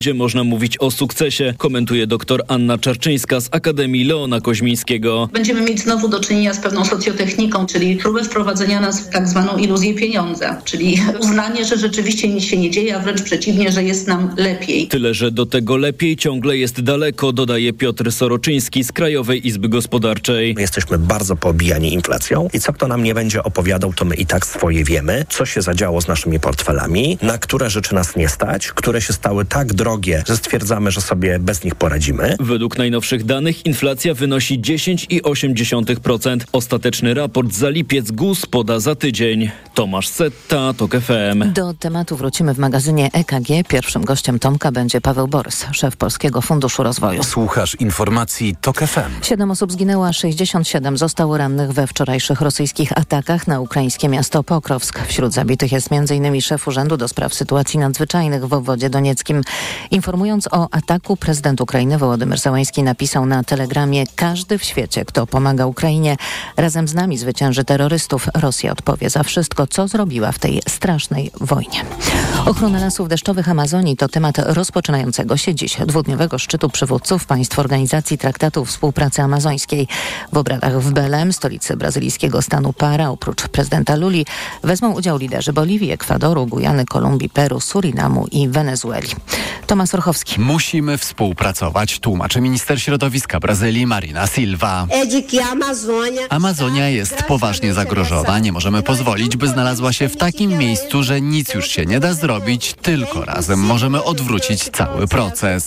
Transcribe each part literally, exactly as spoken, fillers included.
gdzie można mówić o sukcesie, komentuje dr Anna Czarczyńska z Akademii Leona Koźmińskiego. Będziemy mieć znowu do czynienia z pewną socjotechniką, czyli próbę wprowadzenia nas w tak zwaną iluzję pieniądza, czyli uznanie, że rzeczywiście nic się nie dzieje, a wręcz przeciwnie, że jest nam lepiej. Tyle, że do tego lepiej ciągle jest daleko, dodaje Piotr Soroczyński z Krajowej Izby Gospodarczej. My jesteśmy bardzo poobijani inflacją i co kto nam nie będzie opowiadał, to my i tak swoje wiemy, co się zadziało z naszymi portfelami, na które rzeczy nas nie stać, które się stały tak drogie, że stwierdzamy, że sobie bez nich poradzimy. Według najnowszych danych inflacja wynosi dziesięć przecinek osiem procent. Ostateczny raport za lipiec G U S poda za tydzień. Tomasz Setta, TOK F M. Do tematu wrócimy w magazynie E K G. Pierwszym gościem Tomka będzie Paweł Borys, szef Polskiego Funduszu Rozwoju. Słuchasz informacji TOK F M. Siedem osób zginęło, a sześćdziesiąt siedem zostało rannych we wczorajszych rosyjskich atakach na ukraińskie miasto Pokrowsk. Wśród zabitych jest między innymi szef Urzędu do Spraw Sytuacji Nadzwyczajnych w obwodzie donieckim. Informując o ataku, prezydent Ukrainy Wołodymyr Zełański napisał na telegramie: każdy w świecie, kto pomaga Ukrainie, razem z nami zwycięży terrorystów. Rosja odpowie za wszystko, co zrobiła w tej strasznej wojnie. Ochrona lasów deszczowych Amazonii to temat rozpoczynającego się dziś dwudniowego szczytu przywódców państw Organizacji Traktatu Współpracy Amazońskiej. W obradach w Belem, stolicy brazylijskiego stanu Para, oprócz prezydenta Luli, wezmą udział liderzy Boliwii, Ekwadoru, Gujany, Kolumbii, Peru, Surinamu i Wenezueli. Tomasz Orchowski. Musimy współpracować, tłumaczy minister środowiska Brazylii Marina Silva. Amazonia jest poważnie zagrożona. Nie możemy pozwolić, by znalazła się w takim miejscu, że nic już się nie da zrobić. Tylko razem możemy odwrócić cały proces.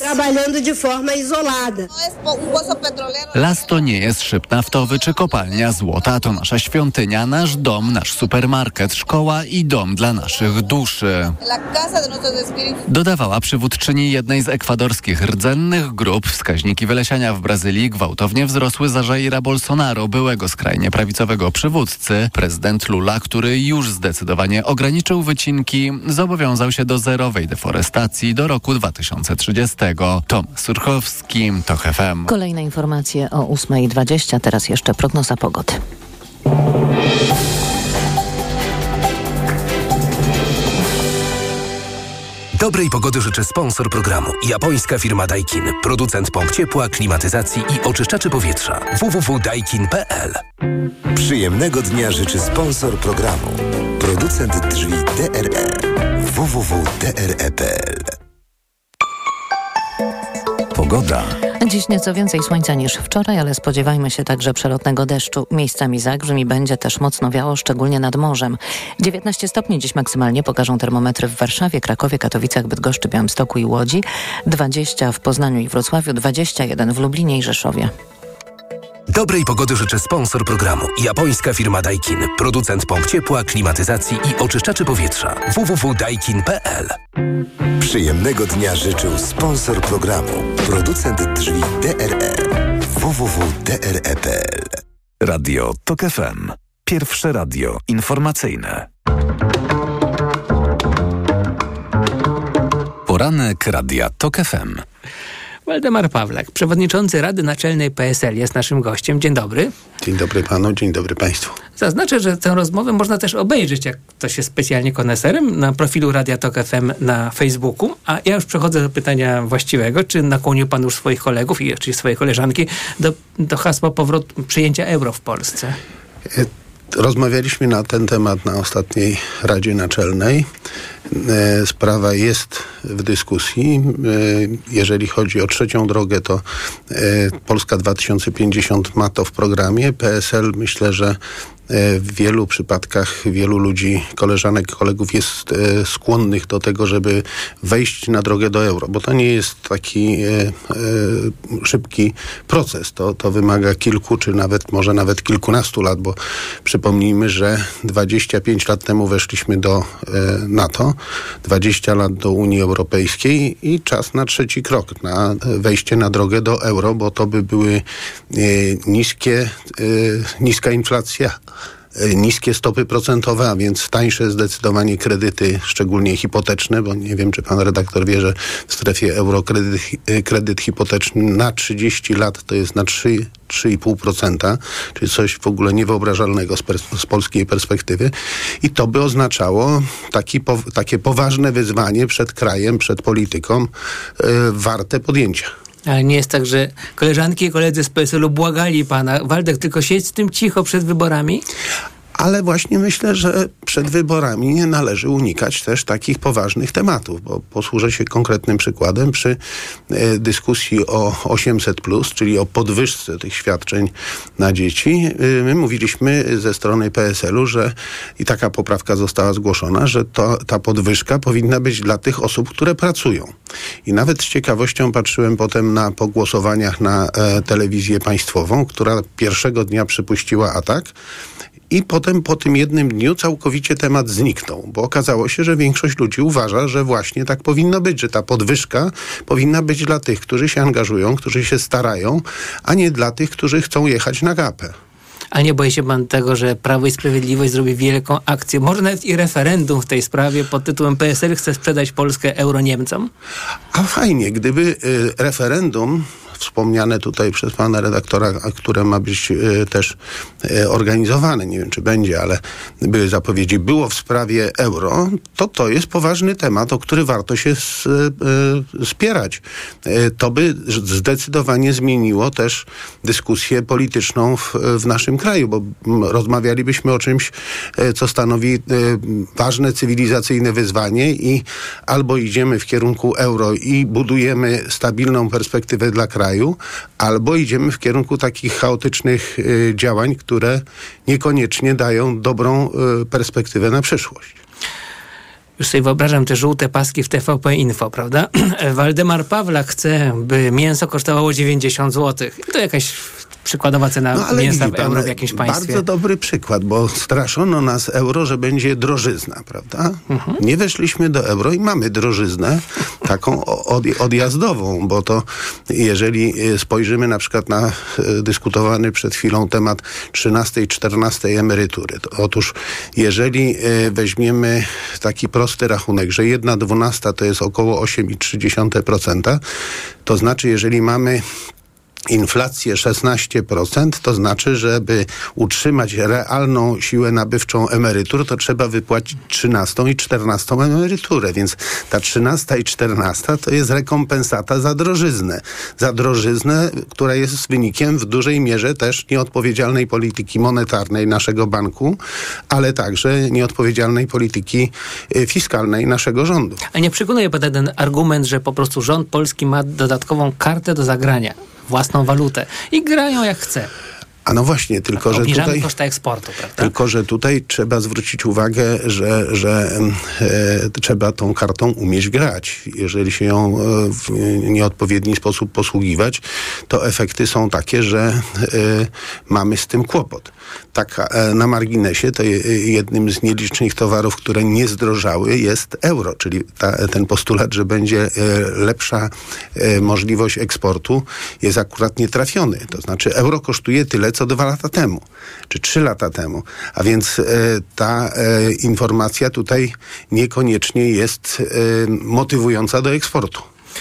Las to nie jest szyb naftowy czy kopalnia złota. To nasza świątynia, nasz dom, nasz supermarket, szkoła i dom dla naszych duszy. Dodawała przywódczyni jednej z ekwadorskich rdzennych grup. Wskaźniki wylesiania w Brazylii gwałtownie wzrosły za Jaira Bolsonaro, byłego skrajnie prawicowego przywódcy. Prezydent Lula, który już zdecydowanie ograniczył wycinki, zobowiązał się do zerowej deforestacji do roku dwa tysiące trzydziestego. Tomasz Surchowski, TOK F M. Kolejne informacje o ósma dwadzieścia, teraz jeszcze prognoza pogody. Dobrej pogody życzę sponsor programu. Japońska firma Daikin. Producent pomp ciepła, klimatyzacji i oczyszczaczy powietrza. w w w kropka daikin kropka p l. Przyjemnego dnia życzy sponsor programu. Producent drzwi D R E. w w w kropka d r e kropka p l. Pogoda. Dziś nieco więcej słońca niż wczoraj, ale spodziewajmy się także przelotnego deszczu. Miejscami zagrzmi i będzie też mocno wiało, szczególnie nad morzem. dziewiętnaście stopni dziś maksymalnie pokażą termometry w Warszawie, Krakowie, Katowicach, Bydgoszczy, Białymstoku i Łodzi. dwadzieścia w Poznaniu i Wrocławiu, dwadzieścia jeden w Lublinie i Rzeszowie. Dobrej pogody życzę sponsor programu. Japońska firma Daikin. Producent pomp ciepła, klimatyzacji i oczyszczaczy powietrza. w w w kropka daikin kropka p l. Przyjemnego dnia życzył sponsor programu. Producent drzwi D R E. w w w kropka d r e kropka p l. Radio TOK F M. Pierwsze radio informacyjne. Poranek Radia TOK F M. Waldemar Pawlak, przewodniczący Rady Naczelnej P S L, jest naszym gościem. Dzień dobry. Dzień dobry panu, dzień dobry państwu. Zaznaczę, że tę rozmowę można też obejrzeć, jak ktoś jest specjalnie koneserem, na profilu Radia TOK F M na Facebooku. A ja już przechodzę do pytania właściwego. Czy nakłonił pan już swoich kolegów, i czyli swoje koleżanki, do, do hasła powrót przyjęcia euro w Polsce? Rozmawialiśmy na ten temat na ostatniej Radzie Naczelnej. Sprawa jest w dyskusji. Jeżeli chodzi o trzecią drogę, to Polska dwa tysiące pięćdziesiąt ma to w programie. P S L, myślę, że w wielu przypadkach wielu ludzi, koleżanek, kolegów jest e, skłonnych do tego, żeby wejść na drogę do euro, bo to nie jest taki e, e, szybki proces. To, to wymaga kilku, czy nawet może nawet kilkunastu lat, bo przypomnijmy, że dwadzieścia pięć lat temu weszliśmy do e, NATO, dwadzieścia lat do Unii Europejskiej i czas na trzeci krok, na wejście na drogę do euro, bo to by były e, niskie, e, niska inflacja, niskie stopy procentowe, a więc tańsze zdecydowanie kredyty, szczególnie hipoteczne, bo nie wiem, czy pan redaktor wie, że w strefie euro kredyt, kredyt hipoteczny na trzydzieści lat to jest na trzy trzy i pół procent, czyli coś w ogóle niewyobrażalnego z, pers- z polskiej perspektywy. I to by oznaczało taki po- takie poważne wyzwanie przed krajem, przed polityką, yy, warte podjęcia. Ale nie jest tak, że koleżanki i koledzy z P S L u błagali pana: Waldek, tylko siedź z tym cicho przed wyborami? Ale właśnie myślę, że przed wyborami nie należy unikać też takich poważnych tematów, bo posłużę się konkretnym przykładem. Przy e, dyskusji o osiemset plus, czyli o podwyżce tych świadczeń na dzieci, e, my mówiliśmy ze strony P S L u, że i taka poprawka została zgłoszona, że to, ta podwyżka powinna być dla tych osób, które pracują. I nawet z ciekawością patrzyłem potem na pogłosowaniach na e, telewizję państwową, która pierwszego dnia przypuściła atak. I potem po tym jednym dniu całkowicie temat zniknął, bo okazało się, że większość ludzi uważa, że właśnie tak powinno być, że ta podwyżka powinna być dla tych, którzy się angażują, którzy się starają, a nie dla tych, którzy chcą jechać na gapę. A nie boi się pan tego, że Prawo i Sprawiedliwość zrobi wielką akcję, może nawet i referendum w tej sprawie pod tytułem P S L chce sprzedać Polskę Euroniemcom? A fajnie, gdyby y, referendum wspomniane tutaj przez pana redaktora, które ma być y, też y, organizowane, nie wiem czy będzie, ale były zapowiedzi, było w sprawie euro, to to jest poważny temat, o który warto się s, y, spierać. Y, to by zdecydowanie zmieniło też dyskusję polityczną w, w naszym kraju, bo m, rozmawialibyśmy o czymś, y, co stanowi y, ważne cywilizacyjne wyzwanie i albo idziemy w kierunku euro i budujemy stabilną perspektywę dla kraju, albo idziemy w kierunku takich chaotycznych y, działań, które niekoniecznie dają dobrą y, perspektywę na przyszłość. Już sobie wyobrażam te żółte paski w T V P Info, prawda? Waldemar Pawlak chce, by mięso kosztowało dziewięćdziesiąt złotych. To jakaś przykładowa cena no, mięsa w euro w jakimś państwie. Bardzo dobry przykład, bo straszono nas euro, że będzie drożyzna, prawda? Mhm. Nie weszliśmy do euro i mamy drożyznę taką od, odjazdową, bo to jeżeli spojrzymy na przykład na dyskutowany przed chwilą temat trzynastej, czternastej emerytury, to otóż jeżeli weźmiemy taki prosty rachunek, że jedna dwunasta to jest około osiem przecinek trzy procent, to znaczy jeżeli mamy inflację szesnaście procent, to znaczy, żeby utrzymać realną siłę nabywczą emerytur, to trzeba wypłacić trzynastą i czternastą emeryturę, więc ta trzynasta i czternasta to jest rekompensata za drożyznę. Za drożyznę, która jest wynikiem w dużej mierze też nieodpowiedzialnej polityki monetarnej naszego banku, ale także nieodpowiedzialnej polityki fiskalnej naszego rządu. A nie przekonuje pan ten argument, że po prostu rząd polski ma dodatkową kartę do zagrania, własną walutę i grają jak chce? A no właśnie, tylko że Obniżamy tutaj... koszty eksportu, prawda? Tylko że tutaj trzeba zwrócić uwagę, że, że e, trzeba tą kartą umieć grać. Jeżeli się ją e, w nieodpowiedni sposób posługiwać, to efekty są takie, że e, mamy z tym kłopot. Tak e, na marginesie, to je, jednym z nielicznych towarów, które nie zdrożały, jest euro, czyli ta, ten postulat, że będzie e, lepsza e, możliwość eksportu, jest akurat nietrafiony. To znaczy euro kosztuje tyle, co dwa lata temu, czy trzy lata temu. A więc e, ta e, informacja tutaj niekoniecznie jest e, motywująca do eksportu.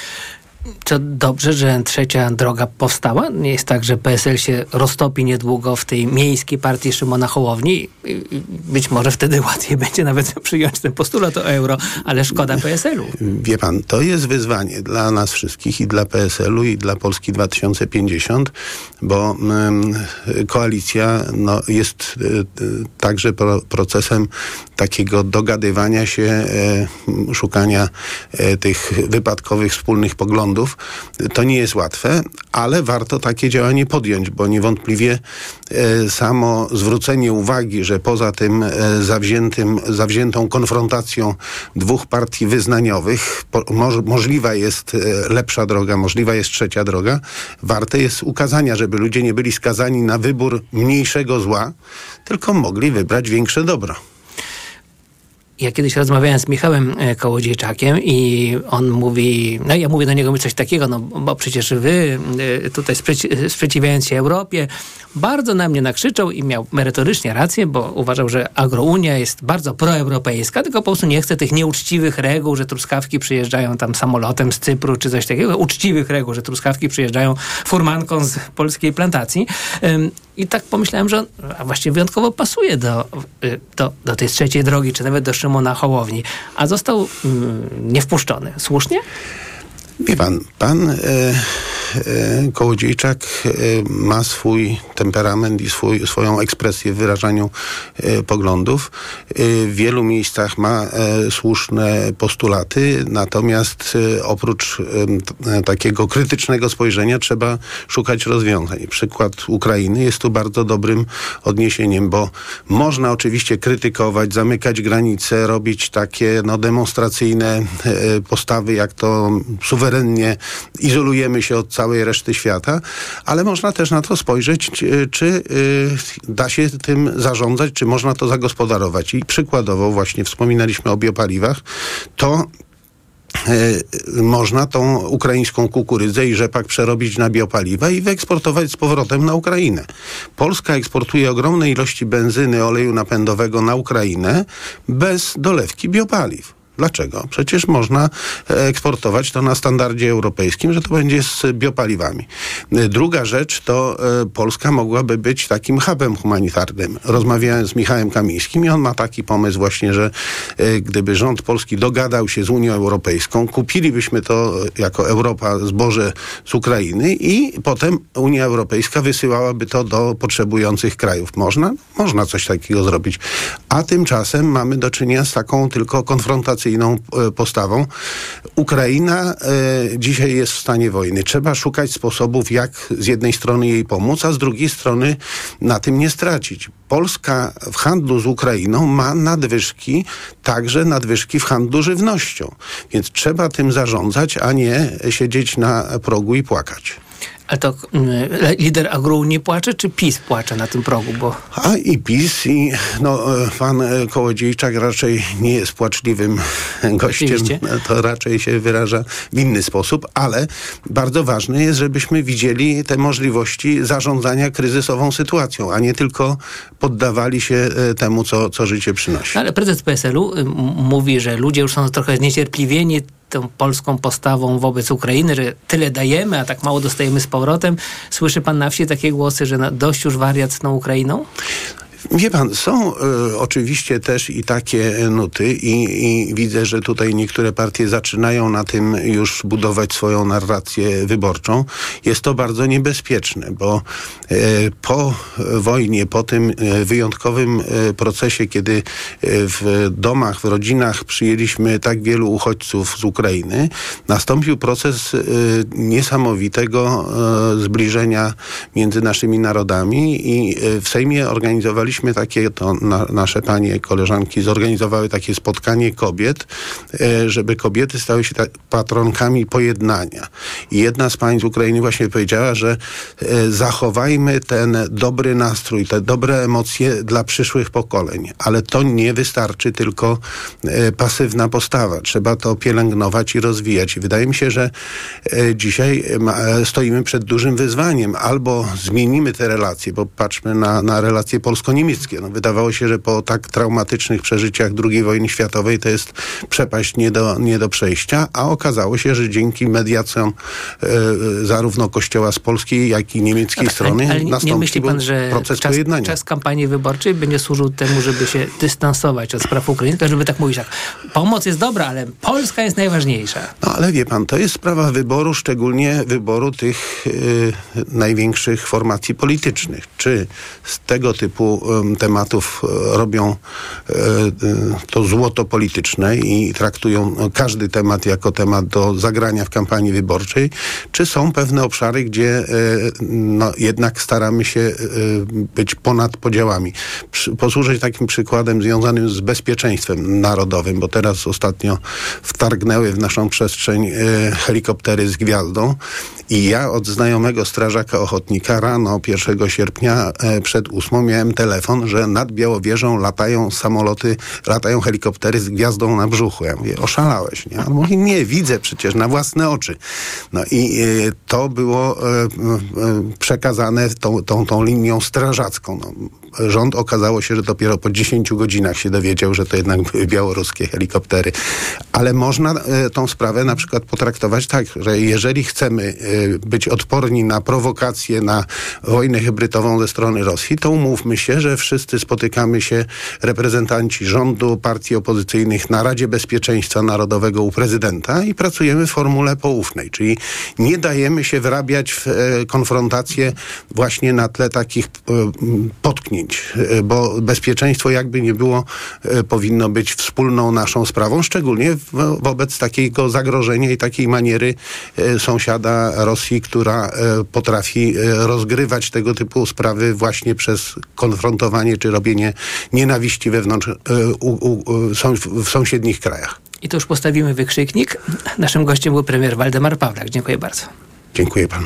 To dobrze, że trzecia droga powstała? Nie jest tak, że P S L się roztopi niedługo w tej miejskiej partii Szymona Hołowni? Być może wtedy łatwiej będzie nawet przyjąć ten postulat o euro, ale szkoda P S L u. Wie pan, to jest wyzwanie dla nas wszystkich i dla P S L u i dla Polski dwa tysiące pięćdziesiąt, bo y, koalicja no, jest y, y, także pro, procesem takiego dogadywania się, y, szukania y, tych wypadkowych wspólnych poglądów. To nie jest łatwe, ale warto takie działanie podjąć, bo niewątpliwie e, samo zwrócenie uwagi, że poza tym e, zawziętym, zawziętą konfrontacją dwóch partii wyznaniowych po, mo, możliwa jest e, lepsza droga, możliwa jest trzecia droga, warte jest ukazania, żeby ludzie nie byli skazani na wybór mniejszego zła, tylko mogli wybrać większe dobro. ja kiedyś rozmawiałem z Michałem Kołodziejczakiem i on mówi, no ja mówię do niego coś takiego, no bo przecież wy tutaj sprzeci- sprzeciwiając się Europie, bardzo na mnie nakrzyczał i miał merytorycznie rację, bo uważał, że agrounia jest bardzo proeuropejska, tylko po prostu nie chce tych nieuczciwych reguł, że truskawki przyjeżdżają tam samolotem z Cypru czy coś takiego, uczciwych reguł, że truskawki przyjeżdżają furmanką z polskiej plantacji. I tak pomyślałem, że on a właściwie wyjątkowo pasuje do, do, do tej trzeciej drogi, czy nawet do Szymona Hołowni, a został mm, niewpuszczony. Słusznie? Wie pan, pan e, e, Kołodziejczak e, ma swój temperament i swój, swoją ekspresję w wyrażaniu e, poglądów. E, w wielu miejscach ma e, słuszne postulaty, natomiast e, oprócz e, takiego krytycznego spojrzenia trzeba szukać rozwiązań. Przykład Ukrainy jest tu bardzo dobrym odniesieniem, bo można oczywiście krytykować, zamykać granice, robić takie no, demonstracyjne e, postawy, jak to suwerennie izolujemy się od całej reszty świata, ale można też na to spojrzeć, czy, czy y, da się tym zarządzać, czy można to zagospodarować. I przykładowo właśnie wspominaliśmy o biopaliwach, to y, można tą ukraińską kukurydzę i rzepak przerobić na biopaliwa i wyeksportować z powrotem na Ukrainę. Polska eksportuje ogromne ilości benzyny, oleju napędowego na Ukrainę bez dolewki biopaliw. Dlaczego? Przecież można eksportować to na standardzie europejskim, że to będzie z biopaliwami. Druga rzecz to e, Polska mogłaby być takim hubem humanitarnym. Rozmawiałem z Michałem Kamińskim i on ma taki pomysł właśnie, że e, gdyby rząd polski dogadał się z Unią Europejską, kupilibyśmy to jako Europa zboże z Ukrainy i potem Unia Europejska wysyłałaby to do potrzebujących krajów. Można? Można coś takiego zrobić. A tymczasem mamy do czynienia z taką tylko konfrontacją postawą. Ukraina e, dzisiaj jest w stanie wojny. Trzeba szukać sposobów, jak z jednej strony jej pomóc, a z drugiej strony na tym nie stracić. Polska w handlu z Ukrainą ma nadwyżki, także nadwyżki w handlu żywnością. Więc trzeba tym zarządzać, a nie siedzieć na progu i płakać. Ale to y, lider Agrounii płacze, czy PiS płacze na tym progu? Bo... A i PiS, i no, pan Kołodziejczak raczej nie jest płaczliwym gościem. Oczywiście. To raczej się wyraża w inny sposób, ale bardzo ważne jest, żebyśmy widzieli te możliwości zarządzania kryzysową sytuacją, a nie tylko poddawali się temu, co, co życie przynosi. Ale prezes P S L-u m- mówi, że ludzie już są trochę zniecierpliwieni tą polską postawą wobec Ukrainy, że tyle dajemy, a tak mało dostajemy z powrotem. Słyszy pan na wsi takie głosy, że no, dość już wariat z tą Ukrainą? Wie pan, są y, oczywiście też i takie nuty i, i widzę, że tutaj niektóre partie zaczynają na tym już budować swoją narrację wyborczą. Jest to bardzo niebezpieczne, bo y, po wojnie, po tym y, wyjątkowym y, procesie, kiedy y, w domach, w rodzinach przyjęliśmy tak wielu uchodźców z Ukrainy, nastąpił proces y, niesamowitego y, zbliżenia między naszymi narodami i y, w Sejmie organizowaliśmy takie, to na, nasze panie, koleżanki zorganizowały takie spotkanie kobiet, e, żeby kobiety stały się ta, patronkami pojednania. I jedna z pań z Ukrainy właśnie powiedziała, że e, zachowajmy ten dobry nastrój, te dobre emocje dla przyszłych pokoleń. Ale to nie wystarczy tylko e, pasywna postawa. Trzeba to pielęgnować i rozwijać. I wydaje mi się, że e, dzisiaj ma, stoimy przed dużym wyzwaniem. Albo zmienimy te relacje, bo patrzmy na, na relacje polsko-niemieckie. No, wydawało się, że po tak traumatycznych przeżyciach drugiej wojny światowej to jest przepaść nie do, nie do przejścia, a okazało się, że dzięki mediacjom e, zarówno Kościoła z polskiej, jak i niemieckiej tak, strony ale, ale nastąpił nie myśli pan, że proces czas, pojednania. czas kampanii wyborczej będzie służył temu, żeby się dystansować od spraw ukraińskich, żeby tak mówić tak, pomoc jest dobra, ale Polska jest najważniejsza. No ale wie pan, to jest sprawa wyboru, szczególnie wyboru tych y, największych formacji politycznych. Czy z tego typu y, tematów y, robią y, y, to złoto polityczne i traktują każdy temat jako temat do zagrania w kampanii wyborczej, czy są pewne obszary, gdzie no, jednak staramy się być ponad podziałami. Posłużę się takim przykładem związanym z bezpieczeństwem narodowym, bo teraz ostatnio wtargnęły w naszą przestrzeń helikoptery z gwiazdą i ja od znajomego strażaka ochotnika rano pierwszego sierpnia przed ósmą miałem telefon, że nad Białowieżą latają samoloty, latają helikoptery z gwiazdą na brzuchu. Ja mówię, oszalałeś, nie? On mówi, nie, widzę przecież na własne oczy. No i y, to było y, y, przekazane tą, tą, tą linią strażacką. No, rząd okazało się, że dopiero po dziesięciu godzinach się dowiedział, że to jednak były białoruskie helikoptery. Ale można y, tą sprawę na przykład potraktować tak, że jeżeli chcemy y, być odporni na prowokacje, na wojnę hybrydową ze strony Rosji, to umówmy się, że wszyscy spotykamy się, reprezentanci rządu, partii opozycyjnych na Radzie Bezpieczeństwa Narodowego u prezydenta i pracujemy w formule poufnej, czyli nie dajemy się wyrabiać w e, konfrontację właśnie na tle takich e, potknięć, e, bo bezpieczeństwo jakby nie było, e, powinno być wspólną naszą sprawą, szczególnie w, wobec takiego zagrożenia i takiej maniery e, sąsiada Rosji, która e, potrafi e, rozgrywać tego typu sprawy właśnie przez konfrontowanie czy robienie nienawiści wewnątrz, e, u, u, u, w sąsiednich krajach. I to już postawimy wykrzyknik. Naszym gościem był premier Waldemar Pawlak. Dziękuję bardzo. Dziękuję panu.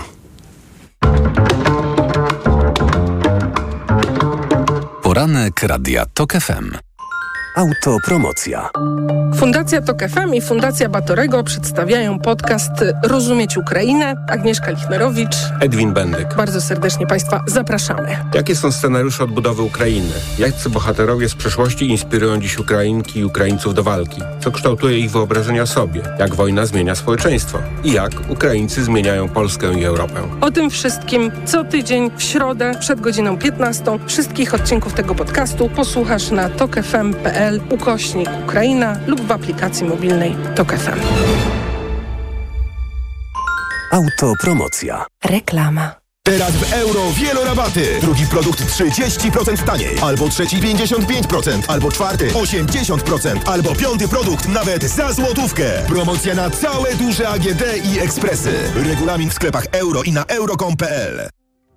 Poranek Radia Tok F M. Autopromocja. Fundacja Tok F M i Fundacja Batorego przedstawiają podcast Rozumieć Ukrainę. Agnieszka Lichnerowicz. Edwin Bendyk. Bardzo serdecznie Państwa zapraszamy. Jakie są scenariusze odbudowy Ukrainy? Jacy bohaterowie z przeszłości inspirują dziś Ukrainki i Ukraińców do walki? Co kształtuje ich wyobrażenia o sobie? Jak wojna zmienia społeczeństwo? I jak Ukraińcy zmieniają Polskę i Europę? O tym wszystkim co tydzień w środę przed godziną piętnastą. Wszystkich odcinków tego podcastu posłuchasz na tok f m kropka p l ukośnik Ukraina lub w aplikacji mobilnej Tok F M. Autopromocja. Reklama. Teraz w euro wielorabaty. Drugi produkt trzydzieści procent taniej. Albo trzeci pięćdziesiąt pięć procent. Albo czwarty osiemdziesiąt procent. Albo piąty produkt nawet za złotówkę. Promocja na całe duże A G D i ekspresy. Regulamin w sklepach euro i na euro kropka com kropka p l.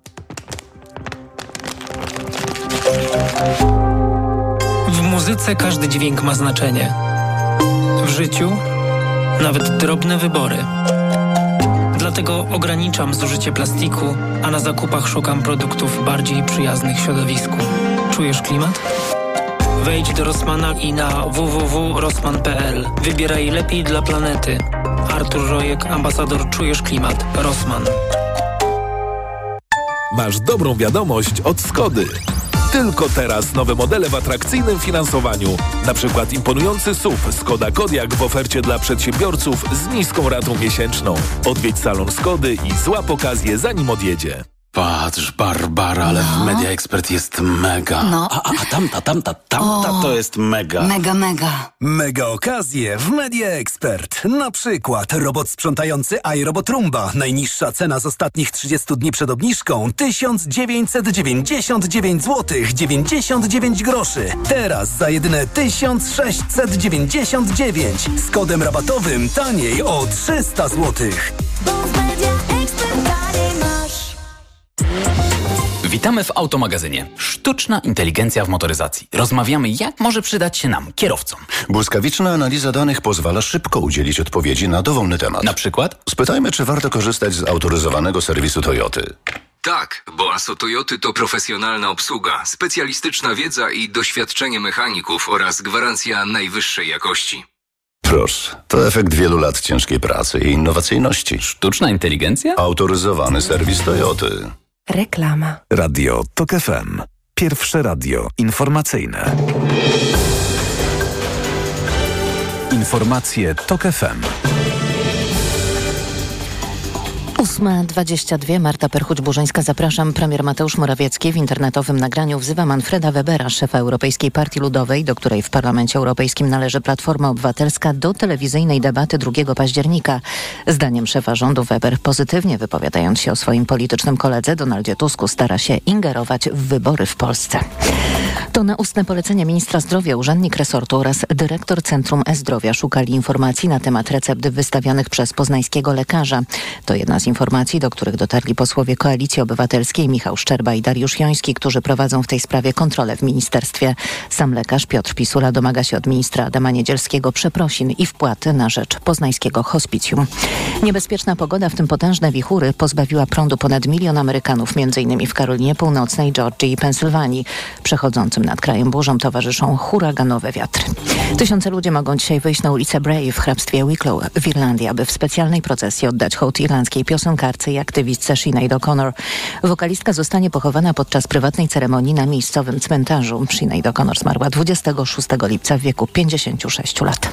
W muzyce każdy dźwięk ma znaczenie. W życiu nawet drobne wybory. Dlatego ograniczam zużycie plastiku, a na zakupach szukam produktów bardziej przyjaznych środowisku. Czujesz klimat? Wejdź do Rossmana i na w w w kropka rossmann kropka p l. Wybieraj lepiej dla planety. Artur Żojek, ambasador Czujesz klimat. Rossmann. Masz dobrą wiadomość od Skody. Tylko teraz nowe modele w atrakcyjnym finansowaniu. Na przykład imponujący S U V Skoda Kodiaq w ofercie dla przedsiębiorców z niską ratą miesięczną. Odwiedź salon Skody i złap okazję, zanim odjedzie. Patrz, Barbara, ale no. w Media Expert jest mega. No. A, a, a tamta, tamta, tamta o, to jest mega. Mega, mega. Mega okazje w Media Expert. Na przykład robot sprzątający iRobot Roomba. Najniższa cena z ostatnich trzydziestu dni przed obniżką tysiąc dziewięćset dziewięćdziesiąt dziewięć złotych dziewięćdziesiąt dziewięć groszy. Teraz za jedyne tysiąc sześćset dziewięćdziesiąt dziewięć. Z kodem rabatowym taniej o trzysta złotych. Witamy w Automagazynie. Sztuczna inteligencja w motoryzacji. Rozmawiamy, jak może przydać się nam, kierowcom. Błyskawiczna analiza danych pozwala szybko udzielić odpowiedzi na dowolny temat. Na przykład? Spytajmy, czy warto korzystać z autoryzowanego serwisu Toyoty. Tak, bo ASO Toyoty to profesjonalna obsługa, specjalistyczna wiedza i doświadczenie mechaników oraz gwarancja najwyższej jakości. Proszę, to efekt wielu lat ciężkiej pracy i innowacyjności. Sztuczna inteligencja? Autoryzowany serwis Toyoty. Reklama. Radio Tok F M. Pierwsze radio informacyjne. Informacje Tok F M. ósma dwadzieścia dwa. Marta Perchuć-Burzyńska, zapraszam. Premier Mateusz Morawiecki w internetowym nagraniu wzywa Manfreda Webera, szefa Europejskiej Partii Ludowej, do której w Parlamencie Europejskim należy Platforma Obywatelska, do telewizyjnej debaty drugiego października. Zdaniem szefa rządu Weber, pozytywnie wypowiadając się o swoim politycznym koledze Donaldzie Tusku, stara się ingerować w wybory w Polsce. To na ustne polecenie ministra zdrowia urzędnik resortu oraz dyrektor Centrum E-Zdrowia szukali informacji na temat recept wystawianych przez poznańskiego lekarza. To jedna z informacji, do których dotarli posłowie Koalicji Obywatelskiej Michał Szczerba i Dariusz Joński, którzy prowadzą w tej sprawie kontrolę w ministerstwie. Sam lekarz Piotr Pisula domaga się od ministra Adama Niedzielskiego przeprosin i wpłaty na rzecz poznańskiego hospicjum. Niebezpieczna pogoda, w tym potężne wichury, pozbawiła prądu ponad milion Amerykanów, między innymi w Karolinie Północnej, Georgii i Pensylwanii. Przechodzącym nad krajem burzom towarzyszą huraganowe wiatry. Tysiące ludzi mogą dzisiaj wyjść na ulicę Bray w hrabstwie Wicklow w Irlandii, aby w specjalnej procesji oddać hołd irlandzkiej piosenkarce i aktywistce Sinead O'Connor. Wokalistka zostanie pochowana podczas prywatnej ceremonii na miejscowym cmentarzu. Sinead O'Connor zmarła dwudziestego szóstego lipca w wieku pięćdziesięciu sześciu lat.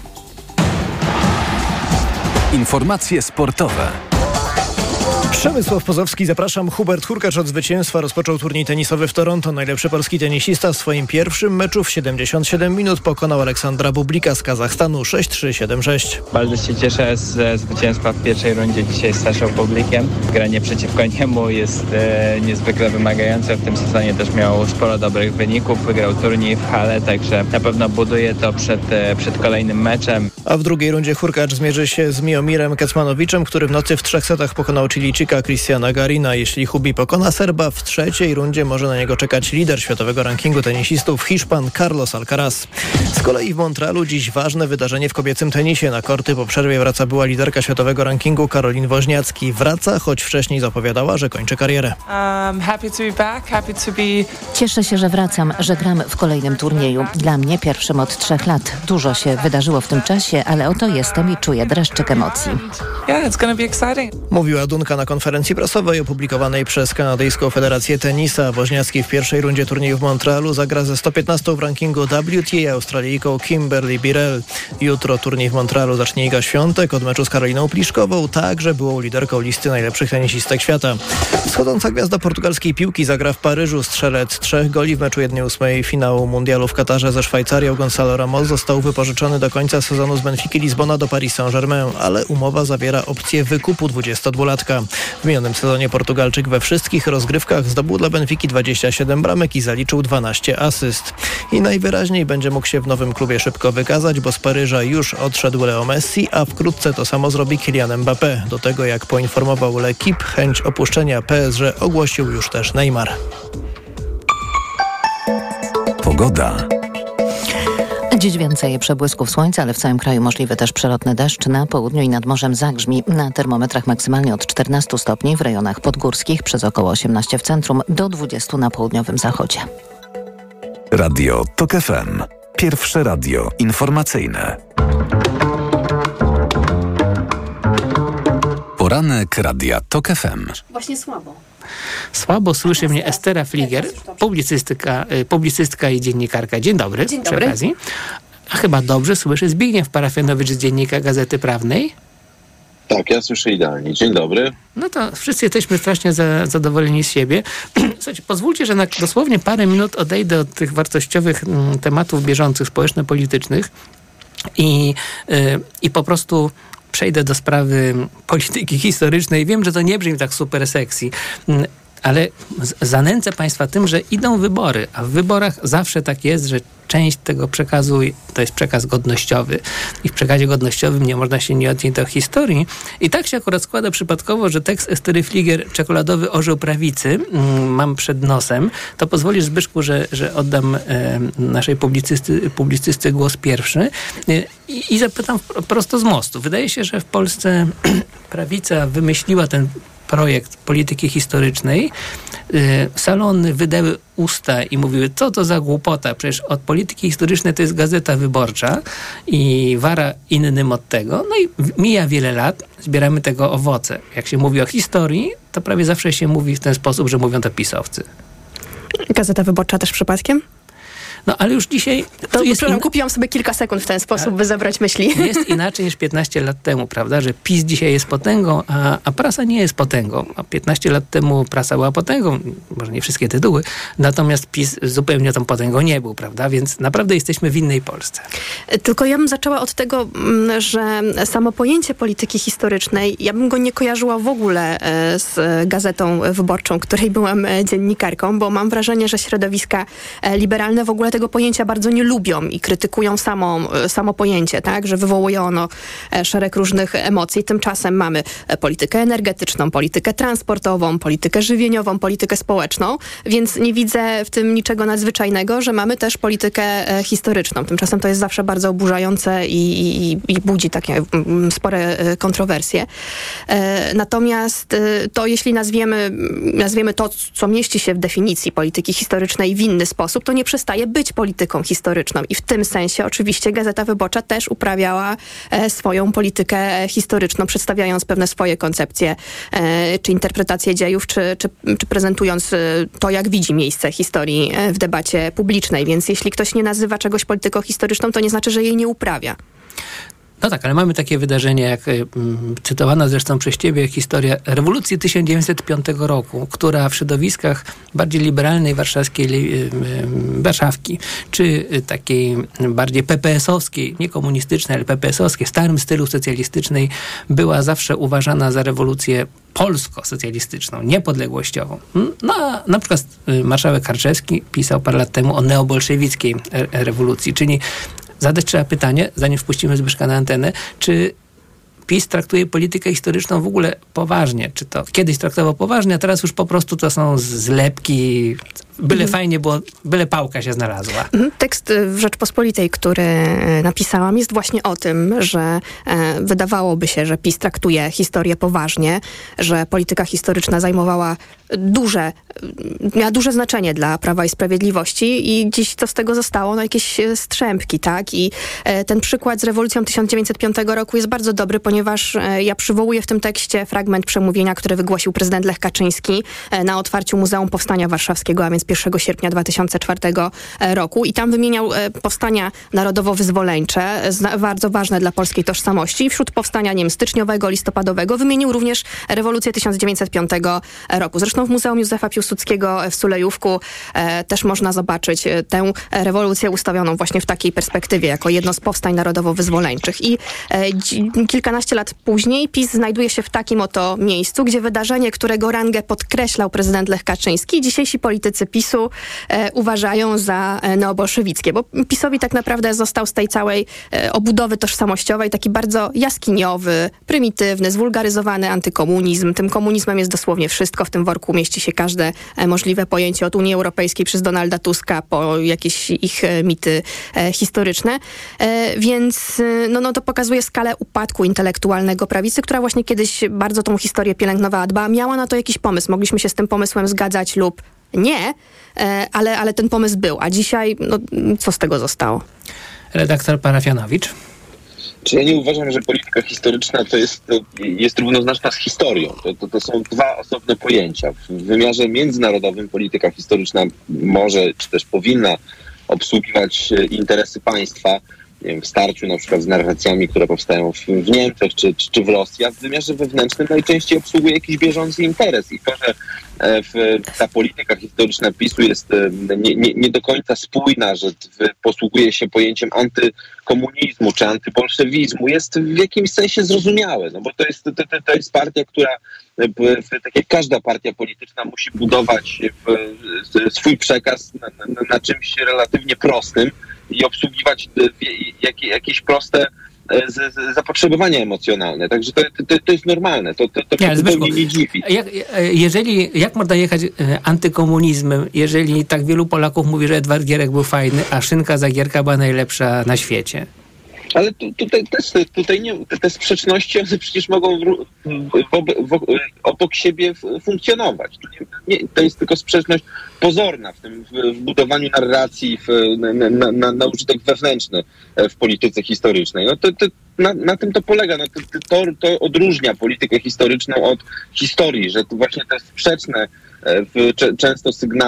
Informacje sportowe. Przemysław Pozowski, zapraszam. Hubert Hurkacz od zwycięstwa rozpoczął turniej tenisowy w Toronto. Najlepszy polski tenisista w swoim pierwszym meczu w siedemdziesiąt siedem minut pokonał Aleksandra Bublika z Kazachstanu sześć trzy siedem sześć. Bardzo się cieszę ze zwycięstwa w pierwszej rundzie dzisiaj z Saszą Bublikiem. Granie przeciwko niemu jest e, niezwykle wymagające. W tym sezonie też miał sporo dobrych wyników. Wygrał turniej w Halle, także na pewno buduje to przed, e, przed kolejnym meczem. A w drugiej rundzie Hurkacz zmierzy się z Miomirem Kecmanowiczem, który w nocy w trzech setach pokonał Chilijczyka Christiana Garina. Jeśli Hubi pokona Serba, w trzeciej rundzie może na niego czekać lider światowego rankingu tenisistów, Hiszpan Carlos Alcaraz. Z kolei w Montrealu dziś ważne wydarzenie w kobiecym tenisie. Na korty po przerwie wraca była liderka światowego rankingu Karolin Woźniacki. Wraca, choć wcześniej zapowiadała, że kończy karierę. Um, happy to be back, happy to be... Cieszę się, że wracam, że gram w kolejnym turnieju. Dla mnie pierwszym od trzech lat. Dużo się wydarzyło w tym czasie, ale oto jestem i czuję dreszczyk emocji. Yeah, it's gonna be exciting. Mówiła Dunka na konferencji prasowej opublikowanej przez Kanadyjską Federację Tenisa. Woźniacki w pierwszej rundzie turnieju w Montrealu zagra ze sto piętnastą w rankingu W T A Australijką Kimberly Birrell. Jutro turniej w Montrealu zacznie Iga Świątek od meczu z Karoliną Pliszkową, także byłą liderką listy najlepszych tenisistek świata. Wschodząca gwiazda portugalskiej piłki zagra w Paryżu. Strzelec trzech goli w meczu jednej ósmej finału mundialu w Katarze ze Szwajcarią Gonzalo Ramos został wypożyczony do końca sezonu z Benfiki Lizbona do Paris Saint-Germain, ale umowa zawiera opcję wykupu dwudziestodwulatka. W minionym sezonie Portugalczyk we wszystkich rozgrywkach zdobył dla Benfiki dwadzieścia siedem bramek i zaliczył dwanaście asyst. I najwyraźniej będzie mógł się w nowym klubie szybko wykazać, bo z Paryża już odszedł Leo Messi, a wkrótce to samo zrobi Kylian Mbappé. Do tego, jak poinformował L'Équipe, chęć opuszczenia P S G ogłosił już też Neymar. Pogoda. Dziś więcej przebłysków słońca, ale w całym kraju możliwy też przelotny deszcz. Na południu i nad morzem zagrzmi. Na termometrach maksymalnie od czternastu stopni w rejonach podgórskich, przez około osiemnaście w centrum, do dwudziestu na południowym zachodzie. Radio TOK F M. Pierwsze radio informacyjne. Poranek Radia TOK F M. Właśnie słabo. Słabo słyszy mnie Estera Fliger, publicystyka, publicystka i dziennikarka. Dzień dobry. Dzień przy dobry. okazji. A chyba dobrze słyszy Zbigniew Parafianowicz z Dziennika Gazety Prawnej. Tak, ja słyszę idealnie. Dzień dobry. No to wszyscy jesteśmy strasznie za, zadowoleni z siebie. Słuchajcie, pozwólcie, że na dosłownie parę minut odejdę od tych wartościowych m, tematów bieżących, społeczno-politycznych i, yy, i po prostu przejdę do sprawy polityki historycznej. Wiem, że to nie brzmi tak super sexy, ale zanęcę Państwa tym, że idą wybory, a w wyborach zawsze tak jest, że część tego przekazu to jest przekaz godnościowy i w przekazie godnościowym nie można się nie odnieść do historii. I tak się akurat składa przypadkowo, że tekst Estery Fliger Czekoladowy orzeł prawicy mam przed nosem. To pozwolisz, Zbyszku, że, że oddam e, naszej publicysty, publicysty głos pierwszy e, i, i zapytam prosto z mostu. Wydaje się, że w Polsce prawica wymyśliła ten projekt polityki historycznej. Salony wydały usta i mówiły, co to za głupota, przecież od polityki historycznej to jest Gazeta Wyborcza i wara innym od tego. No i mija wiele lat, zbieramy tego owoce. Jak się mówi o historii, to prawie zawsze się mówi w ten sposób, że mówią to pisowcy. Gazeta Wyborcza też przypadkiem? No ale już dzisiaj... To jest in... in... kupiłam sobie kilka sekund w ten sposób, by zabrać myśli. Jest inaczej niż piętnaście lat temu, prawda, że PiS dzisiaj jest potęgą, a, a prasa nie jest potęgą. A piętnaście lat temu prasa była potęgą, może nie wszystkie tytuły, natomiast PiS zupełnie tą potęgą nie był, prawda, więc naprawdę jesteśmy w innej Polsce. Tylko ja bym zaczęła od tego, że samo pojęcie polityki historycznej, ja bym go nie kojarzyła w ogóle z Gazetą Wyborczą, której byłam dziennikarką, bo mam wrażenie, że środowiska liberalne w ogóle tego pojęcia bardzo nie lubią i krytykują samą, samo pojęcie, tak, że wywołuje ono szereg różnych emocji. Tymczasem mamy politykę energetyczną, politykę transportową, politykę żywieniową, politykę społeczną, więc nie widzę w tym niczego nadzwyczajnego, że mamy też politykę historyczną. Tymczasem to jest zawsze bardzo oburzające i, i, i budzi takie spore kontrowersje. Natomiast to, jeśli nazwiemy, nazwiemy to, co mieści się w definicji polityki historycznej w inny sposób, to nie przestaje być polityką historyczną. I w tym sensie oczywiście Gazeta Wyborcza też uprawiała swoją politykę historyczną, przedstawiając pewne swoje koncepcje, czy interpretacje dziejów, czy, czy, czy prezentując to, jak widzi miejsce historii w debacie publicznej. Więc jeśli ktoś nie nazywa czegoś polityką historyczną, to nie znaczy, że jej nie uprawia. No tak, ale mamy takie wydarzenie, jak y, cytowana zresztą przez ciebie historia rewolucji tysiąc dziewięćset piątego roku, która w środowiskach bardziej liberalnej warszawskiej y, y, Warszawki, czy y, takiej bardziej pe pe esowskiej, nie komunistycznej, ale pe pe esowskiej, w starym stylu socjalistycznej, była zawsze uważana za rewolucję polsko-socjalistyczną, niepodległościową. No a na przykład y, marszałek Karczewski pisał parę lat temu o neobolszewickiej re- rewolucji, czyli zadać trzeba pytanie, zanim wpuścimy Zbyszka na antenę, czy PiS traktuje politykę historyczną w ogóle poważnie? Czy to kiedyś traktował poważnie, a teraz już po prostu to są zlepki, byle mhm. fajnie, bo byle pałka się znalazła. Tekst w Rzeczpospolitej, który napisałam, jest właśnie o tym, że e, wydawałoby się, że PiS traktuje historię poważnie, że polityka historyczna zajmowała duże, miała duże znaczenie dla Prawa i Sprawiedliwości i dziś co z tego zostało? No jakieś strzępki, tak? I e, ten przykład z rewolucją tysiąc dziewięćset piątego roku jest bardzo dobry, ponieważ e, ja przywołuję w tym tekście fragment przemówienia, które wygłosił prezydent Lech Kaczyński e, na otwarciu Muzeum Powstania Warszawskiego, a więc pierwszego sierpnia dwa tysiące czwartego roku. I tam wymieniał e, powstania narodowo-wyzwoleńcze, zna, bardzo ważne dla polskiej tożsamości. I wśród powstania, nie wiem, styczniowego, listopadowego wymienił również rewolucję tysiąc dziewięćset piątego roku. Zresztą w Muzeum Józefa Piłsudskiego w Sulejówku e, też można zobaczyć e, tę rewolucję ustawioną właśnie w takiej perspektywie, jako jedno z powstań narodowo-wyzwoleńczych. I e, dzi, kilkanaście lat później PiS znajduje się w takim oto miejscu, gdzie wydarzenie, którego rangę podkreślał prezydent Lech Kaczyński, dzisiejsi politycy PiSu e, uważają za e, neobolszewickie, bo PiSowi tak naprawdę został z tej całej e, obudowy tożsamościowej taki bardzo jaskiniowy, prymitywny, zwulgaryzowany antykomunizm. Tym komunizmem jest dosłownie wszystko, w tym worku mieści się każde e, możliwe pojęcie od Unii Europejskiej przez Donalda Tuska po jakieś ich e, mity e, historyczne. E, więc e, no, no to pokazuje skalę upadku intelektualnego prawicy, która właśnie kiedyś bardzo tą historię pielęgnowała, dbała, miała na to jakiś pomysł. Mogliśmy się z tym pomysłem zgadzać lub nie, e, ale, ale ten pomysł był. A dzisiaj, no, co z tego zostało? Redaktor Parafianowicz. Czy ja nie uważam, że polityka historyczna to jest, to jest równoznaczna z historią. To, to, to są dwa osobne pojęcia. W wymiarze międzynarodowym polityka historyczna może, czy też powinna obsługiwać interesy państwa, nie wiem, w starciu na przykład z narracjami, które powstają w, w Niemczech czy, czy, czy w Rosji, a w wymiarze wewnętrznym najczęściej obsługuje jakiś bieżący interes. I to, że w, ta polityka historyczna PiSu jest nie, nie, nie do końca spójna, że posługuje się pojęciem antykomunizmu czy antybolszewizmu, jest w jakimś sensie zrozumiałe, no bo to jest, to, to jest partia, która tak jak każda partia polityczna musi budować w, swój przekaz na, na, na czymś relatywnie prostym i obsługiwać jak, jakieś proste z, z zapotrzebowania emocjonalne. Także to, to, to jest normalne. To, to, to nie, zupełnie nie dziwi. Jak, jeżeli, jak można jechać antykomunizmem, jeżeli tak wielu Polaków mówi, że Edward Gierek był fajny, a szynka Zagierka była najlepsza na świecie? Ale tu, tutaj, te, tutaj nie, te sprzeczności one przecież mogą w, w, w, obok siebie funkcjonować. To, nie, to jest tylko sprzeczność pozorna w tym w, w budowaniu narracji, w, na, na, na, na użytek wewnętrzny w polityce historycznej. No to, to, na, na tym to polega. No to, to, to odróżnia politykę historyczną od historii, że to właśnie te sprzeczne w, często sygnały